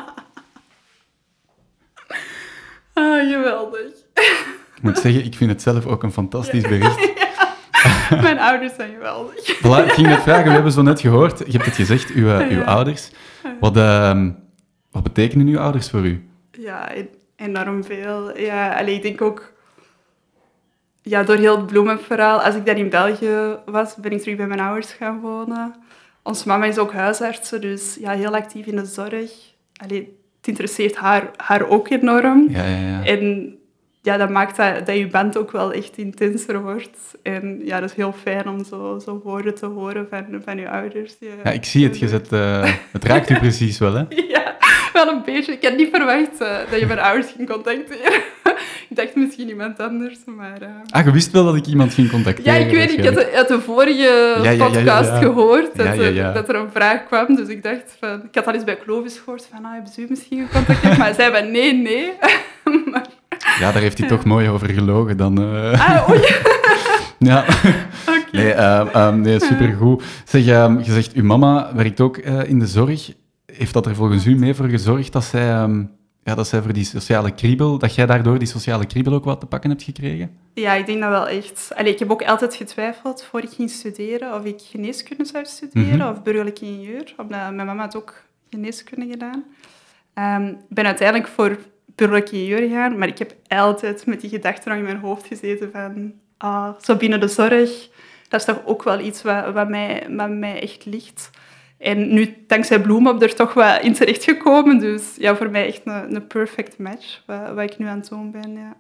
Geweldig. Ik moet zeggen, ik vind het zelf ook een fantastisch bericht. Ja. Mijn ouders zijn geweldig. Voilà, ik ging net vragen, we hebben zo net gehoord, je hebt het gezegd, uw ouders. Wat betekenen uw ouders voor u? Ja, enorm veel. Ja, ik denk ook, door heel het bloemenverhaal, als ik daar in België was, ben ik terug bij mijn ouders gaan wonen. Onze mama is ook huisartse, dus heel actief in de zorg. Het interesseert haar ook enorm. Ja. En dat maakt dat je band ook wel echt intenser wordt. En dat is heel fijn om zo woorden te horen van je ouders. Ja, ik zie het. Het raakt u precies wel, hè? Ja, wel een beetje. Ik had niet verwacht dat je mijn ouders ging contacteren. Ik dacht misschien iemand anders, maar... je wist wel dat ik iemand ging contacteren? Ja, ik weet het. Ik had uit de vorige podcast gehoord dat er een vraag kwam. Dus ik dacht van... Ik had al eens bij Clovis gehoord van... hebben ze u misschien gecontacteerd? Maar hij zei van nee. Maar... Ja, daar heeft hij toch mooi over gelogen dan... Oei. Ja. Okay. Nee, supergoed. Zeg, je zegt, uw mama werkt ook in de zorg. Heeft dat er volgens u mee voor gezorgd dat zij voor die sociale kriebel, dat jij daardoor die sociale kriebel ook wat te pakken hebt gekregen? Ja, ik denk dat wel echt. Ik heb ook altijd getwijfeld, voor ik ging studeren, of ik geneeskunde zou studeren of burgerlijk ingenieur. Omdat mijn mama had ook geneeskunde gedaan. Ik ben uiteindelijk voor burgerlijk ingenieur gegaan, maar ik heb altijd met die gedachte nog in mijn hoofd gezeten van... zo binnen de zorg, dat is toch ook wel iets wat mij echt ligt. En nu, dankzij Bloemop, er toch wat in terechtgekomen. Dus voor mij echt een perfect match, wat ik nu aan het doen ben. Ja.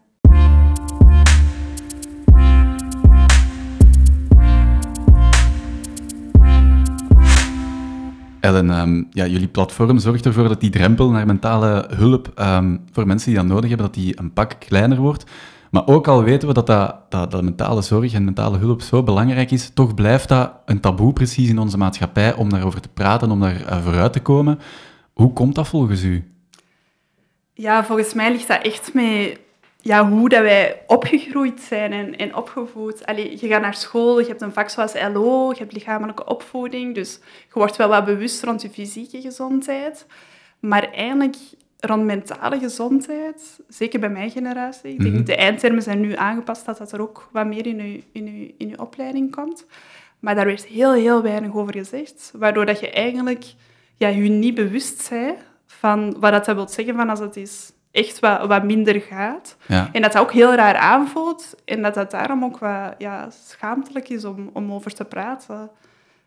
Ellen, jullie platform zorgt ervoor dat die drempel naar mentale hulp voor mensen die dat nodig hebben, dat die een pak kleiner wordt. Maar ook al weten we dat mentale zorg en mentale hulp zo belangrijk is, toch blijft dat een taboe precies in onze maatschappij om daarover te praten, om daar vooruit te komen. Hoe komt dat volgens u? Ja, volgens mij ligt dat echt met hoe dat wij opgegroeid zijn en opgevoed. Je gaat naar school, je hebt een vak zoals LO, je hebt lichamelijke opvoeding, dus je wordt wel wat bewust rond je fysieke gezondheid. Maar eigenlijk... Rond mentale gezondheid, zeker bij mijn generatie. Ik denk, de eindtermen zijn nu aangepast dat er ook wat meer in uw opleiding komt. Maar daar werd heel, heel weinig over gezegd. Waardoor dat je eigenlijk je niet bewust bent van wat dat wil zeggen van als het is echt wat minder gaat. Ja. En dat ook heel raar aanvoelt. En dat daarom ook wat schaamtelijk is om over te praten.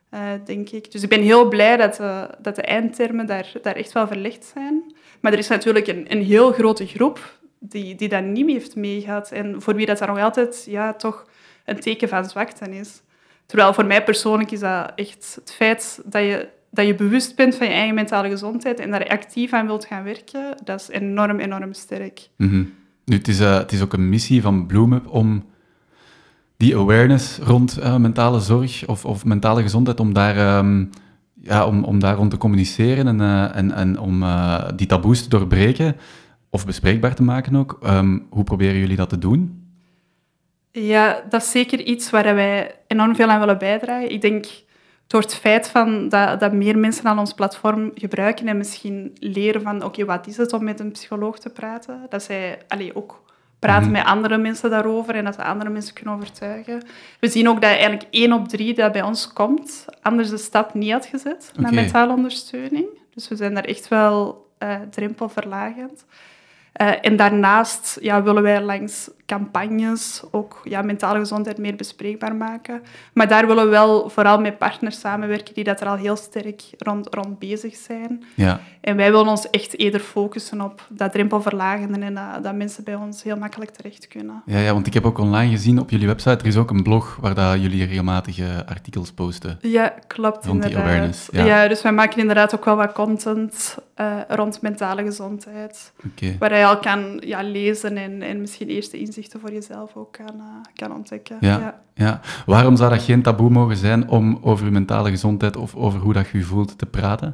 denk ik. Dus ik ben heel blij dat de eindtermen daar echt wel verlegd zijn. Maar er is natuurlijk een heel grote groep die dat niet meer heeft meegehad en voor wie dat nog altijd toch een teken van zwakte is. Terwijl voor mij persoonlijk is dat echt het feit dat je bewust bent van je eigen mentale gezondheid en daar actief aan wilt gaan werken, dat is enorm, enorm sterk. Mm-hmm. Nu, het is ook een missie van Bloom om die awareness rond mentale zorg of mentale gezondheid, om daar, om daar rond te communiceren en om die taboes te doorbreken of bespreekbaar te maken ook. Hoe proberen jullie dat te doen? Ja, dat is zeker iets waar wij enorm veel aan willen bijdragen. Ik denk door het feit van dat meer mensen aan ons platform gebruiken en misschien leren van oké, wat is het om met een psycholoog te praten, dat zij ook praten met andere mensen daarover en dat ze andere mensen kunnen overtuigen. We zien ook dat eigenlijk 1 op 3 dat bij ons komt, anders de stap niet had gezet naar mentale ondersteuning. Dus we zijn daar echt wel drempelverlagend. En daarnaast willen wij langs campagnes ook mentale gezondheid meer bespreekbaar maken. Maar daar willen we wel vooral met partners samenwerken die dat er al heel sterk rond bezig zijn. Ja. En wij willen ons echt eerder focussen op dat drempelverlagende en dat mensen bij ons heel makkelijk terecht kunnen. Ja, want ik heb ook online gezien op jullie website, er is ook een blog waar dat jullie regelmatig artikels posten. Ja, klopt. Rond die awareness. Ja, dus wij maken inderdaad ook wel wat content rond mentale gezondheid. Waar je al kan lezen en misschien eerste inzichten voor jezelf ook kan ontdekken. Ja. Waarom zou dat geen taboe mogen zijn om over je mentale gezondheid of over hoe dat je je voelt te praten?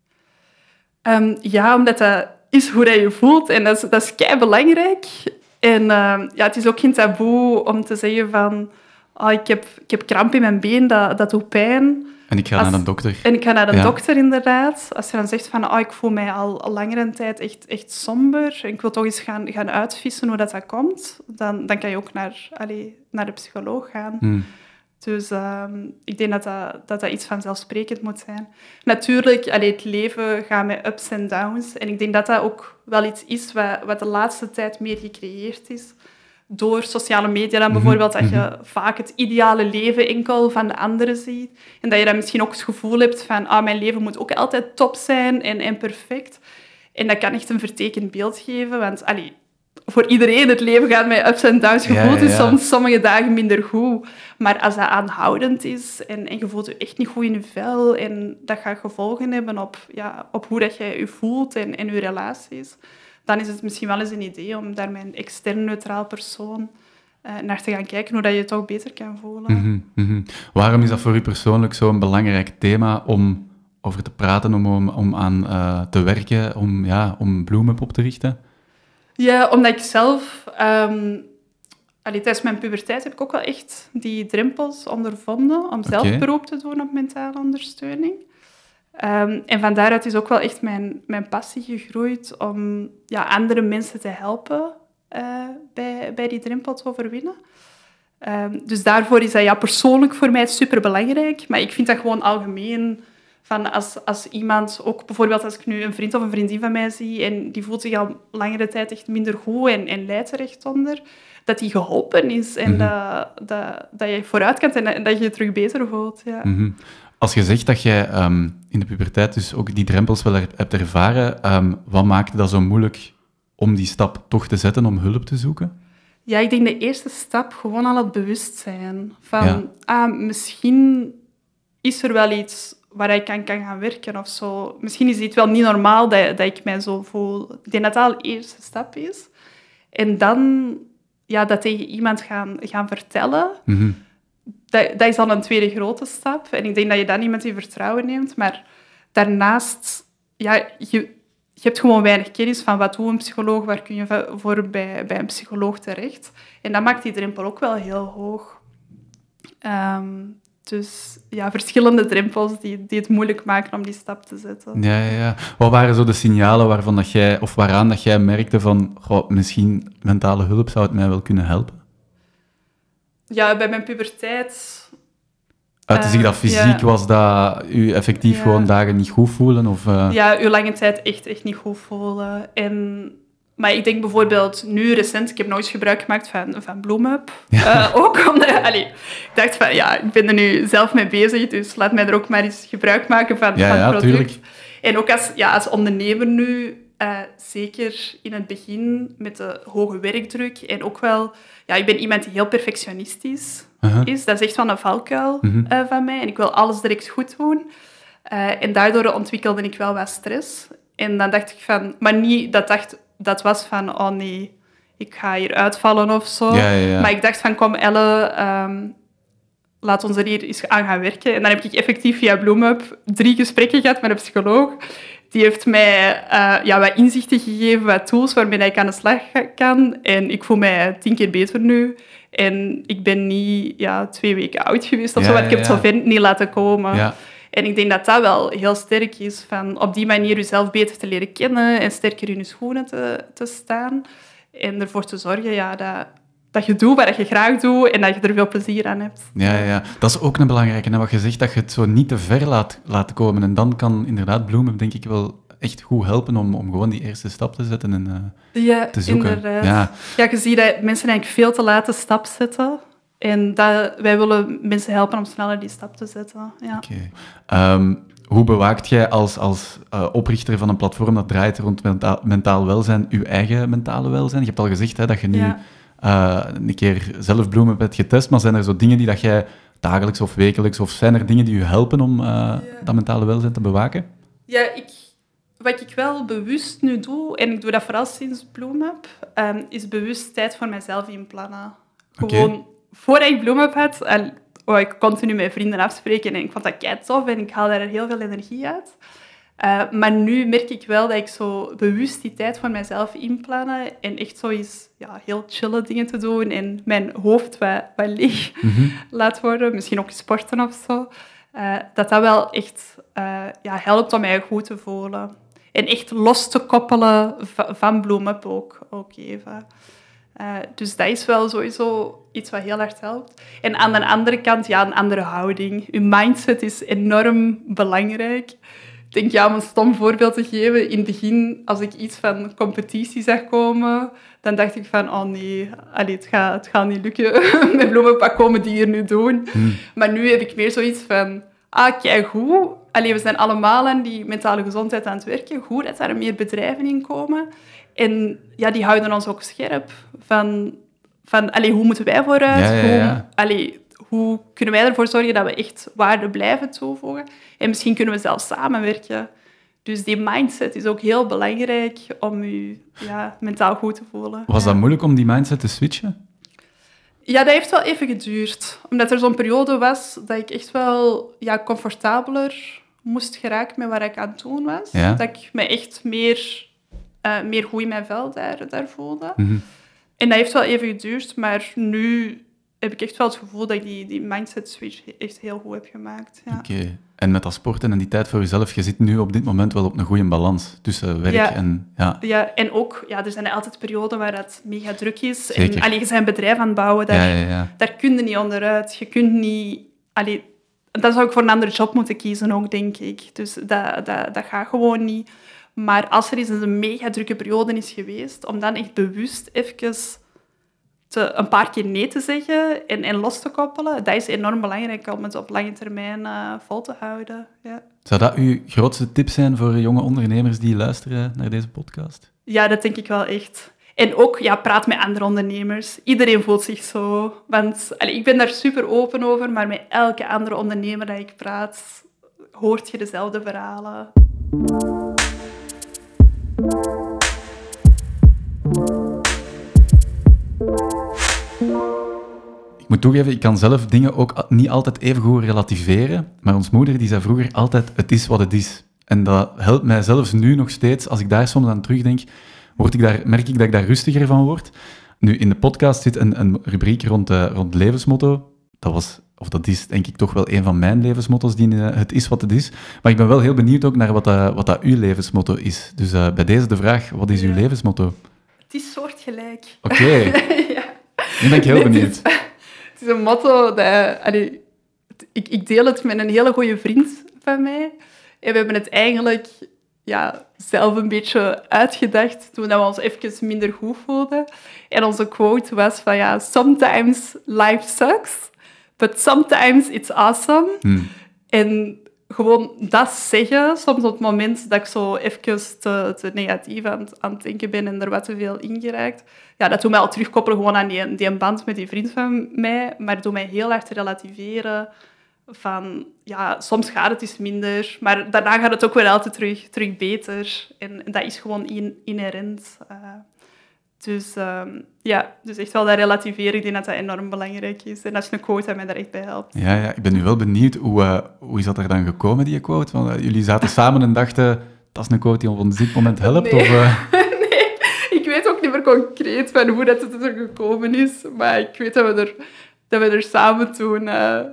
Omdat dat is hoe dat je voelt en dat is keibelangrijk. En het is ook geen taboe om te zeggen van ik heb kramp in mijn been, dat doet pijn. En ik ga naar een dokter. En ik ga naar een dokter, inderdaad. Als je dan zegt van ik voel mij al langere tijd echt somber en ik wil toch eens gaan uitvissen hoe dat komt, dan kan je ook naar de psycholoog gaan. Dus ik denk dat iets vanzelfsprekend moet zijn. Natuurlijk, het leven gaat met ups en downs. En ik denk dat dat ook wel iets is wat de laatste tijd meer gecreëerd is. Door sociale media dan bijvoorbeeld, dat je vaak het ideale leven enkel van de anderen ziet. En dat je dan misschien ook het gevoel hebt van mijn leven moet ook altijd top zijn en perfect. En dat kan echt een vertekend beeld geven, want voor iedereen het leven gaat met ups en downs. Je voelt je soms sommige dagen minder goed. Maar als dat aanhoudend is en je voelt je echt niet goed in je vel en dat gaat gevolgen hebben op hoe dat jij je voelt en je relaties, dan is het misschien wel eens een idee om daar met een extern neutraal persoon naar te gaan kijken hoe dat je het toch beter kan voelen. Waarom is dat voor u persoonlijk zo'n belangrijk thema om over te praten, om aan te werken, om Bloom op te richten? Ja, omdat ik zelf... tijdens mijn puberteit heb ik ook wel echt die drempels ondervonden om zelf beroep te doen op mentale ondersteuning. En van daaruit is ook wel echt mijn passie gegroeid om andere mensen te helpen bij die drempel te overwinnen. Dus daarvoor is dat persoonlijk voor mij superbelangrijk. Maar ik vind dat gewoon algemeen... Van als iemand, ook bijvoorbeeld als ik nu een vriend of een vriendin van mij zie en die voelt zich al langere tijd echt minder goed en lijdt er echt onder, dat die geholpen is en dat je vooruit kan en dat je je terug beter voelt. Ja. Als je zegt dat jij in de puberteit dus ook die drempels wel hebt ervaren, wat maakte dat zo moeilijk om die stap toch te zetten, om hulp te zoeken? Ja, ik denk de eerste stap gewoon al het bewustzijn. Van, misschien is er wel iets waar ik kan gaan werken of zo. Misschien is het wel niet normaal dat ik mij zo voel. Ik denk dat dat al de eerste stap is. En dan dat tegen iemand gaan vertellen, dat is al een tweede grote stap. En ik denk dat je dan iemand in vertrouwen neemt. Maar daarnaast, je hebt gewoon weinig kennis van wat doet een psycholoog, waar kun je voor bij een psycholoog terecht. En dat maakt die drempel ook wel heel hoog. Dus verschillende drempels die het moeilijk maken om die stap te zetten. Ja. Wat waren zo de signalen waaraan dat jij merkte van misschien mentale hulp zou het mij wel kunnen helpen? Ja, bij mijn puberteit... Uitte zich dat fysiek was dat u effectief gewoon dagen niet goed voelen? Of, Ja, uw lange tijd echt niet goed voelen. En Maar ik denk bijvoorbeeld nu recent, ik heb nooit gebruik gemaakt van Bloom-Up. Ook omdat, ik dacht van, ik ben er nu zelf mee bezig, dus laat mij er ook maar eens gebruik maken van het product. Tuurlijk. En ook als ondernemer nu, zeker in het begin met de hoge werkdruk en ook wel, ik ben iemand die heel perfectionistisch is. Dat is echt wel een valkuil van mij en ik wil alles direct goed doen. En daardoor ontwikkelde ik wel wat stress. En dan dacht ik van, maar niet dat was van, oh nee, ik ga hier uitvallen of zo. Ja. Maar ik dacht van, kom Elle, laat ons er hier eens aan gaan werken. En dan heb ik effectief via Bloom-Up 3 gesprekken gehad met een psycholoog. Die heeft mij wat inzichten gegeven, wat tools waarmee ik aan de slag kan. En ik voel mij 10 keer beter nu. En ik ben niet 2 weken oud geweest of zo, want ik heb het zo ver niet laten komen. Ja. En ik denk dat dat wel heel sterk is, van op die manier jezelf beter te leren kennen en sterker in je schoenen te staan. En ervoor te zorgen dat je doet wat je graag doet en dat je er veel plezier aan hebt. Ja. Dat is ook een belangrijke. En wat je zegt, dat je het zo niet te ver laat komen. En dan kan inderdaad Bloom-Up, denk ik, wel echt goed helpen om gewoon die eerste stap te zetten en te zoeken. Inderdaad. Ja, je ziet dat mensen eigenlijk veel te laat de stap zetten. En wij willen mensen helpen om sneller die stap te zetten. Ja. Okay. Hoe bewaakt jij als oprichter van een platform dat draait rond mentaal welzijn, je eigen mentale welzijn? Je hebt al gezegd dat je nu een keer zelf Bloom-Up hebt getest, maar zijn er zo dingen die dat jij dagelijks of wekelijks, of zijn er dingen die je helpen om dat mentale welzijn te bewaken? Ja, wat ik wel bewust nu doe, en ik doe dat vooral sinds Bloom-Up, is bewust tijd voor mezelf inplannen. Gewoon, voordat ik Bloom-Up had, ik continu met vrienden afspreken en ik vond dat kei tof en ik haal daar heel veel energie uit. Maar nu merk ik wel dat ik zo bewust die tijd voor mezelf inplannen en echt zo eens heel chille dingen te doen en mijn hoofd wat leeg laat worden, misschien ook sporten of zo. Dat wel echt helpt om mij goed te voelen. En echt los te koppelen van Bloom-Up ook even. Dus dat is wel sowieso iets wat heel hard helpt. En aan de andere kant, een andere houding. Uw mindset is enorm belangrijk. Ik denk, om een stom voorbeeld te geven, in het begin, als ik iets van competitie zag komen, dan dacht ik van, oh nee, het gaat niet lukken met Bloom-Up, wat komen die hier nu doen? Maar nu heb ik meer zoiets van, kijk goed, we zijn allemaal aan die mentale gezondheid aan het werken, goed dat er meer bedrijven in komen. En die houden ons ook scherp van hoe moeten wij vooruit? Hoe kunnen wij ervoor zorgen dat we echt waarde blijven toevoegen? En misschien kunnen we zelfs samenwerken. Dus die mindset is ook heel belangrijk om je mentaal goed te voelen. Was dat moeilijk om die mindset te switchen? Ja, dat heeft wel even geduurd. Omdat er zo'n periode was dat ik echt wel comfortabeler moest geraken met wat ik aan het doen was. Ja. Dat ik me echt meer goed in mijn vel daar voelde. Mm-hmm. En dat heeft wel even geduurd, maar nu heb ik echt wel het gevoel dat ik die mindset switch echt heel goed heb gemaakt. Ja. Oké. En met dat sporten en die tijd voor jezelf, je zit nu op dit moment wel op een goede balans tussen werk en... Ja, en ook, er zijn altijd perioden waar het mega druk is. Zeker. En je bent een bedrijf aan het bouwen, daar kun je niet onderuit. Je kunt niet... Dan zou ik voor een andere job moeten kiezen ook, denk ik. Dus dat gaat gewoon niet. Maar als er eens een mega drukke periode is geweest, om dan echt bewust even een paar keer nee te zeggen en los te koppelen, dat is enorm belangrijk om het op lange termijn vol te houden. Ja. Zou dat uw grootste tip zijn voor jonge ondernemers die luisteren naar deze podcast? Ja, dat denk ik wel echt. En ook, praat met andere ondernemers. Iedereen voelt zich zo. Want ik ben daar super open over, maar met elke andere ondernemer dat ik praat, hoort je dezelfde verhalen. Ik moet toegeven, ik kan zelf dingen ook niet altijd even goed relativeren, maar ons moeder die zei vroeger altijd, het is wat het is. En dat helpt mij zelfs nu nog steeds, als ik daar soms aan terugdenk, merk ik dat ik daar rustiger van word. Nu, in de podcast zit een rubriek rond levensmotto. Dat is denk ik toch wel een van mijn levensmotto's, het is wat het is. Maar ik ben wel heel benieuwd ook naar wat dat uw levensmotto is. Dus bij deze de vraag, wat is uw levensmotto? Het is soortgelijk. Oké. Ja. Nu ben ik heel benieuwd. Het is een motto dat... ik deel het met een hele goede vriend van mij. En we hebben het eigenlijk zelf een beetje uitgedacht toen we ons even minder goed voelden. En onze quote was van sometimes life sucks, but sometimes it's awesome. En gewoon dat zeggen, soms op het moment dat ik zo even te negatief aan het denken ben en er wat te veel in geraakt, dat doet mij al terugkoppelen gewoon aan die band met die vriend van mij, maar doet mij heel erg te relativeren van, soms gaat het iets minder, maar daarna gaat het ook weer altijd terug beter. En dat is gewoon inherent. Dus echt wel dat relativeren, ik denk dat dat enorm belangrijk is. En dat is een quote dat mij daar echt bij helpt. Ja, ik ben nu wel benieuwd, hoe is dat er dan gekomen, die quote? Want jullie zaten samen en dachten, dat is een quote die ons op dit moment helpt? Nee. Of, Nee, ik weet ook niet meer concreet van hoe dat het er gekomen is. Maar ik weet dat we er samen toen...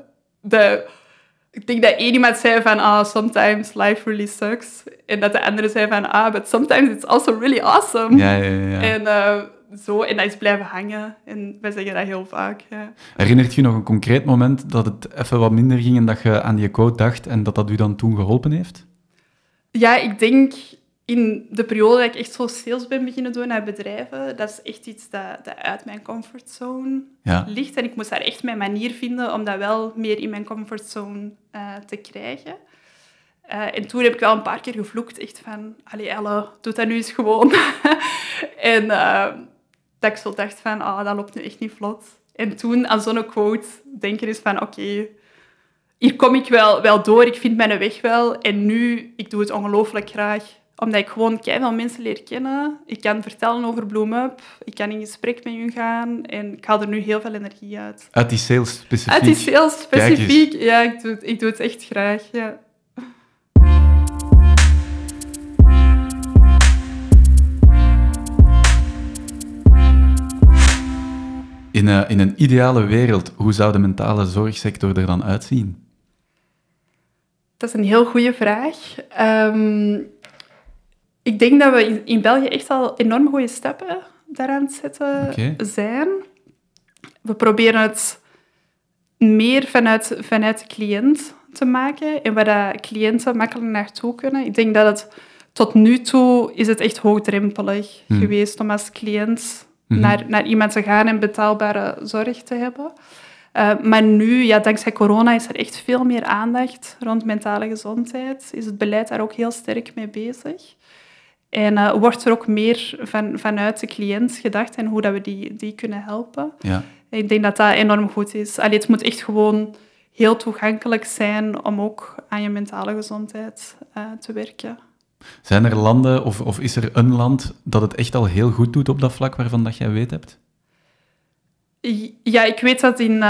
ik denk dat één iemand zei van, sometimes life really sucks. En dat de andere zei van, but sometimes it's also really awesome. Ja. En en dat is blijven hangen. En wij zeggen dat heel vaak. Ja. Herinnert je nog een concreet moment dat het even wat minder ging en dat je aan die quote dacht en dat u dan toen geholpen heeft? Ja, ik denk in de periode dat ik echt zo sales ben beginnen doen naar bedrijven, dat is echt iets dat uit mijn comfortzone ligt. En ik moest daar echt mijn manier vinden om dat wel meer in mijn comfortzone te krijgen. En toen heb ik wel een paar keer gevloekt, echt van, allee Elle, doe dat nu eens gewoon. En dat ik zo dacht van, dat loopt nu echt niet vlot. En toen aan zo'n quote denken is van, oké, hier kom ik wel door, ik vind mijn weg wel. En nu, ik doe het ongelooflijk graag, omdat ik gewoon keiveel mensen leer kennen. Ik kan vertellen over Bloom Up, ik kan in gesprek met hun gaan en ik haal er nu heel veel energie uit. Uit die sales specifiek? Uit die sales specifiek, ja, ik doe het echt graag, ja. In een ideale wereld, hoe zou de mentale zorgsector er dan uitzien? Dat is een heel goede vraag. Ik denk dat we in België echt al enorm goede stappen daaraan het zetten zijn. We proberen het meer vanuit de cliënt te maken en waar de cliënten makkelijk naartoe kunnen. Ik denk dat het tot nu toe is het echt hoogdrempelig geweest om als cliënt naar iemand te gaan en betaalbare zorg te hebben. Maar nu, dankzij corona, is er echt veel meer aandacht rond mentale gezondheid. Is het beleid daar ook heel sterk mee bezig. En wordt er ook meer vanuit de cliënt gedacht en hoe dat we die kunnen helpen. Ja. Ik denk dat dat enorm goed is. Het moet echt gewoon heel toegankelijk zijn om ook aan je mentale gezondheid te werken. Zijn er landen, of is er een land dat het echt al heel goed doet op dat vlak waarvan dat jij weet hebt? Ja, ik weet dat in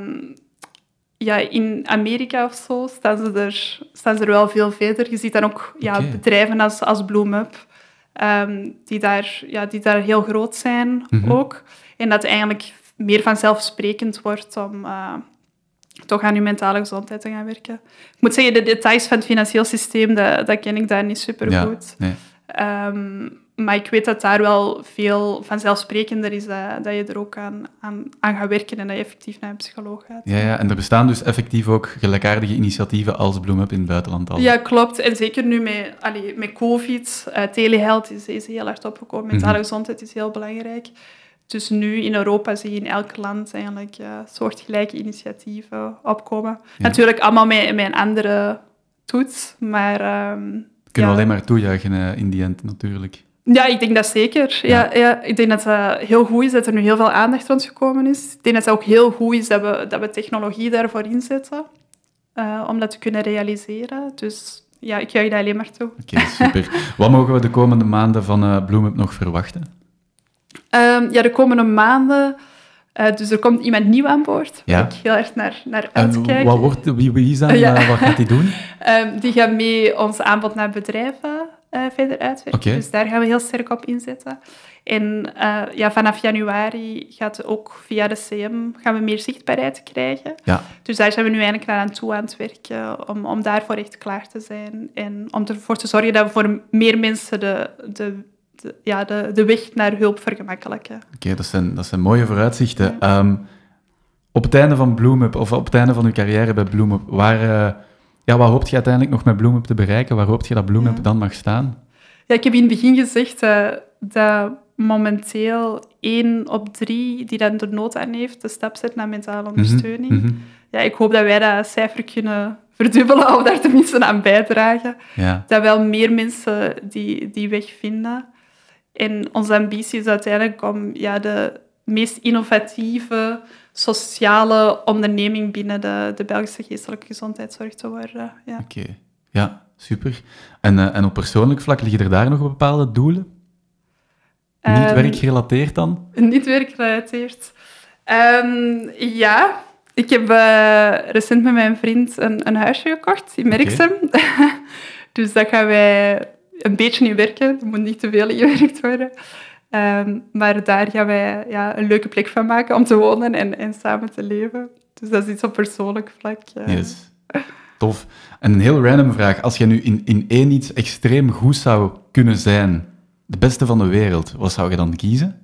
Amerika of zo staan ze er wel veel verder. Je ziet dan ook bedrijven als Bloom Up, die daar heel groot zijn ook. En dat eigenlijk meer vanzelfsprekend wordt om toch aan je mentale gezondheid te gaan werken. Ik moet zeggen, de details van het financieel systeem, dat ken ik daar niet supergoed. Ja, nee. Maar ik weet dat daar wel veel vanzelfsprekender is dat je er ook aan gaat werken en dat je effectief naar een psycholoog gaat. Ja, en er bestaan dus effectief ook gelijkaardige initiatieven als Bloom Up in het buitenland al. Ja, klopt. En zeker nu met COVID, telehealth is heel hard opgekomen. Mentale gezondheid is heel belangrijk. Dus nu in Europa zie je in elk land eigenlijk soortgelijke initiatieven opkomen. Ja. Natuurlijk allemaal met een andere toets, maar... Kunnen we alleen maar toejuichen in die end, natuurlijk. Ja, ik denk dat zeker. Ja, ik denk dat het heel goed is dat er nu heel veel aandacht rond gekomen is. Ik denk dat het ook heel goed is dat we technologie daarvoor inzetten, om dat te kunnen realiseren. Dus ja, ik juich dat alleen maar toe. Oké, super. Wat mogen we de komende maanden van Bloom Up nog verwachten? De komende maanden... dus er komt iemand nieuw aan boord, waar ik heel erg naar uitkijk. Wie is dat? Wat gaat hij doen? Die gaat mee ons aanbod naar bedrijven verder uitwerken. Okay. Dus daar gaan we heel sterk op inzetten. En vanaf januari gaat ook via de CM gaan we meer zichtbaarheid krijgen. Ja. Dus daar zijn we nu eigenlijk naar aan het werken, om daarvoor echt klaar te zijn. En om ervoor te zorgen dat we voor meer mensen de weg naar hulp vergemakkelijken. Oké, dat zijn mooie vooruitzichten. Ja. Op het einde van Bloom Up, of op het einde van uw carrière bij Bloom Up, Ja, wat hoopt je uiteindelijk nog met Bloemup te bereiken? Waar hoopt je dat Bloemup dan mag staan? Ja, ik heb in het begin gezegd dat momenteel 1 op 3 die dan de nood aan heeft, de stap zet naar mentale ondersteuning. Mm-hmm. Ja, ik hoop dat wij dat cijfer kunnen verdubbelen of daar tenminste aan bijdragen. Ja. Dat wel meer mensen die weg vinden. En onze ambitie is uiteindelijk om de meest innovatieve sociale onderneming binnen de Belgische geestelijke gezondheidszorg te worden. Ja. Oké. Ja, super. En op persoonlijk vlak liggen er daar nog bepaalde doelen? Niet werkgerelateerd dan? Niet werkgerelateerd. Ja, ik heb recent met mijn vriend een huisje gekocht in Merksem. Okay. Dus daar gaan wij een beetje in werken. Er moet niet te veel ingewerkt worden. Maar daar gaan wij een leuke plek van maken om te wonen en samen te leven. Dus dat is iets op persoonlijk vlak. Yes. Tof. En een heel random vraag. Als je nu in één iets extreem goed zou kunnen zijn, de beste van de wereld, wat zou je dan kiezen?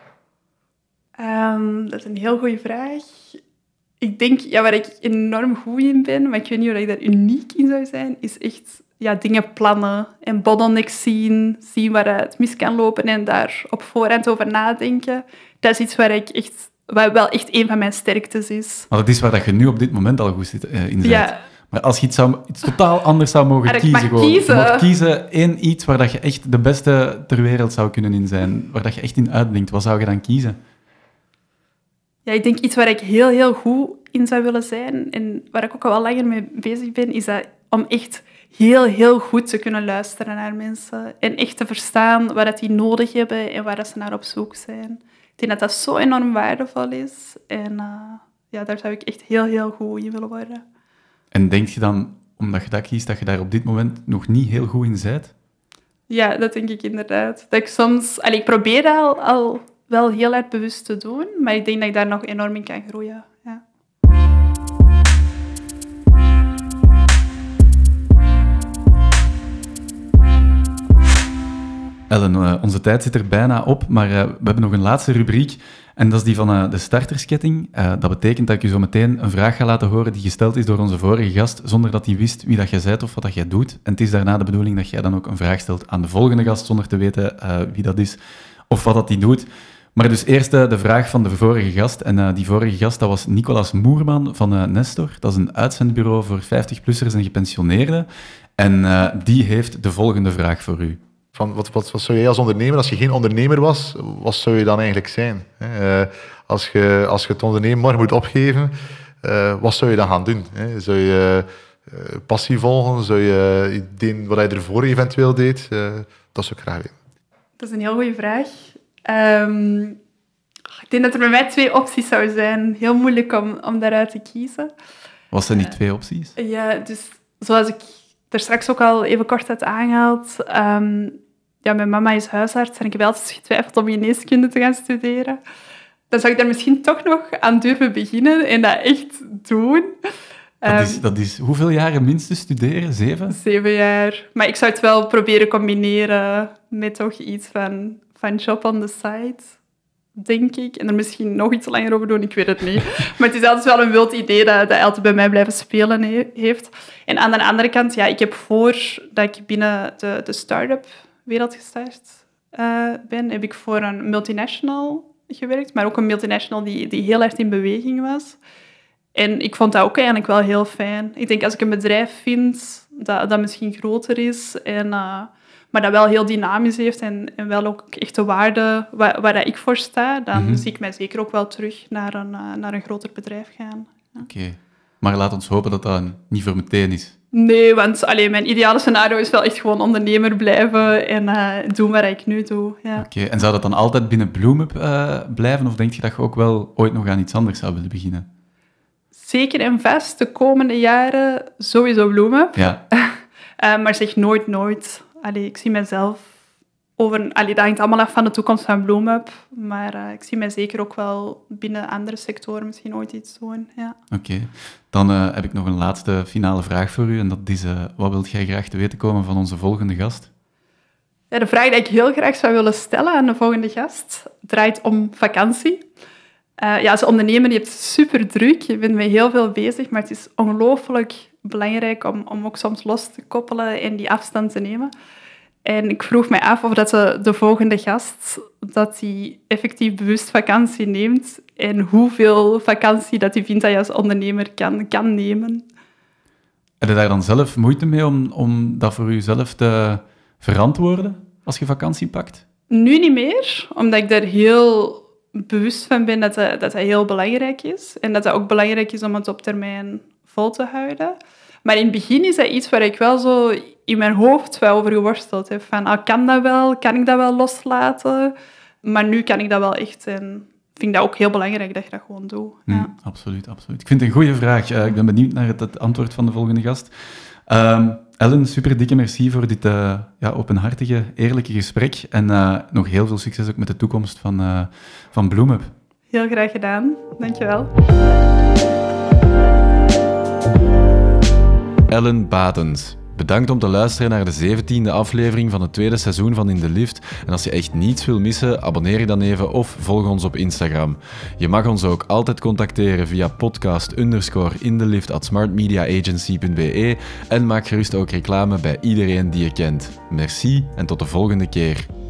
Dat is een heel goede vraag. Ik denk, waar ik enorm goed in ben, maar ik weet niet of ik daar uniek in zou zijn, is echt dingen plannen en bottlenecks zien waar het mis kan lopen en daar op voorhand over nadenken. Dat is iets wat wel echt een van mijn sterktes is. Maar dat is waar dat je nu op dit moment al goed zit, in zit. Ja. Maar als je iets totaal anders zou mogen kiezen, je mocht kiezen één iets waar dat je echt de beste ter wereld zou kunnen in zijn, waar dat je echt in uitblinkt, wat zou je dan kiezen? Ja, ik denk iets waar ik heel, heel goed in zou willen zijn en waar ik ook al wel langer mee bezig ben, is dat om echt heel, heel goed te kunnen luisteren naar mensen en echt te verstaan wat die nodig hebben en waar ze naar op zoek zijn. Ik denk dat dat zo enorm waardevol is en daar zou ik echt heel, heel goed in willen worden. En denk je dan, omdat je dat kiest, dat je daar op dit moment nog niet heel goed in bent? Ja, dat denk ik inderdaad. Dat ik soms... ik probeer dat al wel heel erg bewust te doen, maar ik denk dat ik daar nog enorm in kan groeien. Ja. Ellen, onze tijd zit er bijna op, maar we hebben nog een laatste rubriek. En dat is die van de startersketting. Dat betekent dat ik je zo meteen een vraag ga laten horen die gesteld is door onze vorige gast, zonder dat hij wist wie dat jij bent of wat dat jij doet. En het is daarna de bedoeling dat jij dan ook een vraag stelt aan de volgende gast, zonder te weten wie dat is of wat dat hij doet. Maar dus eerst de vraag van de vorige gast. En die vorige gast, dat was Nicolas Moerman van Nestor. Dat is een uitzendbureau voor 50-plussers en gepensioneerden. En die heeft de volgende vraag voor u. Wat zou jij als ondernemer, als je geen ondernemer was, wat zou je dan eigenlijk zijn? Als je het ondernemen morgen moet opgeven, wat zou je dan gaan doen? Zou je passie volgen? Zou je doen wat je ervoor eventueel deed? Dat zou ik graag weten. Dat is een heel goede vraag. Ik denk dat er bij mij 2 opties zouden zijn. Heel moeilijk om daaruit te kiezen. Wat zijn die 2 opties? Ja, dus zoals ik er straks ook al even kort had aangehaald... mijn mama is huisarts en ik heb altijd getwijfeld om geneeskunde te gaan studeren. Dan zou ik daar misschien toch nog aan durven beginnen en dat echt doen. Dat is hoeveel jaren minstens studeren? 7? 7 jaar. Maar ik zou het wel proberen combineren met toch iets van job on the side, denk ik. En er misschien nog iets langer over doen, ik weet het niet. Maar het is altijd wel een wild idee dat altijd bij mij blijven spelen heeft. En aan de andere kant, ik heb voor dat ik binnen de start-up wereld gestart ben, heb ik voor een multinational gewerkt, maar ook een multinational die heel erg in beweging was. En ik vond dat ook eigenlijk wel heel fijn. Ik denk, als ik een bedrijf vind dat misschien groter is, maar dat wel heel dynamisch heeft en wel ook echt de waarde waar ik voor sta, dan zie ik mij zeker ook wel terug naar een groter bedrijf gaan. Ja. Oké. Maar laat ons hopen dat dat niet voor meteen is. Nee, want mijn ideale scenario is wel echt gewoon ondernemer blijven en doen wat ik nu doe. Ja. Oké. En zou dat dan altijd binnen Bloemup blijven? Of denk je dat je ook wel ooit nog aan iets anders zou willen beginnen? Zeker en vast, de komende jaren sowieso Bloemup. Ja. Maar zeg nooit. Ik zie mezelf dat hangt allemaal af van de toekomst van Bloemup. Maar ik zie mij zeker ook wel binnen andere sectoren misschien ooit iets doen. Ja. Oké. Dan heb ik nog een laatste finale vraag voor u. En dat is, wat wilt jij graag te weten komen van onze volgende gast? Ja, de vraag die ik heel graag zou willen stellen aan de volgende gast draait om vakantie. Als ondernemer, je hebt super druk. Je bent met heel veel bezig. Maar het is ongelooflijk belangrijk om ook soms los te koppelen en die afstand te nemen. En ik vroeg mij af of dat de volgende gast dat hij effectief bewust vakantie neemt en hoeveel vakantie dat hij vindt dat je als ondernemer kan nemen. Heb je daar dan zelf moeite mee om dat voor jezelf te verantwoorden als je vakantie pakt? Nu niet meer, omdat ik daar heel bewust van ben dat dat heel belangrijk is. En dat dat ook belangrijk is om het op termijn vol te houden. Maar in het begin is dat iets waar ik wel zo in mijn hoofd wel over geworsteld heb. Van, kan dat wel? Kan ik dat wel loslaten? Maar nu kan ik dat wel echt. En ik vind dat ook heel belangrijk dat je dat gewoon doet. Ja. Absoluut, absoluut. Ik vind het een goede vraag. Ik ben benieuwd naar het antwoord van de volgende gast. Ellen, super dikke merci voor dit openhartige, eerlijke gesprek. En nog heel veel succes ook met de toekomst van Bloemup. Heel graag gedaan. Dankjewel. Ellen Batens. Bedankt om te luisteren naar de 17e aflevering van het tweede seizoen van In de Lift. En als je echt niets wil missen, abonneer je dan even of volg ons op Instagram. Je mag ons ook altijd contacteren via podcast_indelift@smartmediaagency.be en maak gerust ook reclame bij iedereen die je kent. Merci en tot de volgende keer.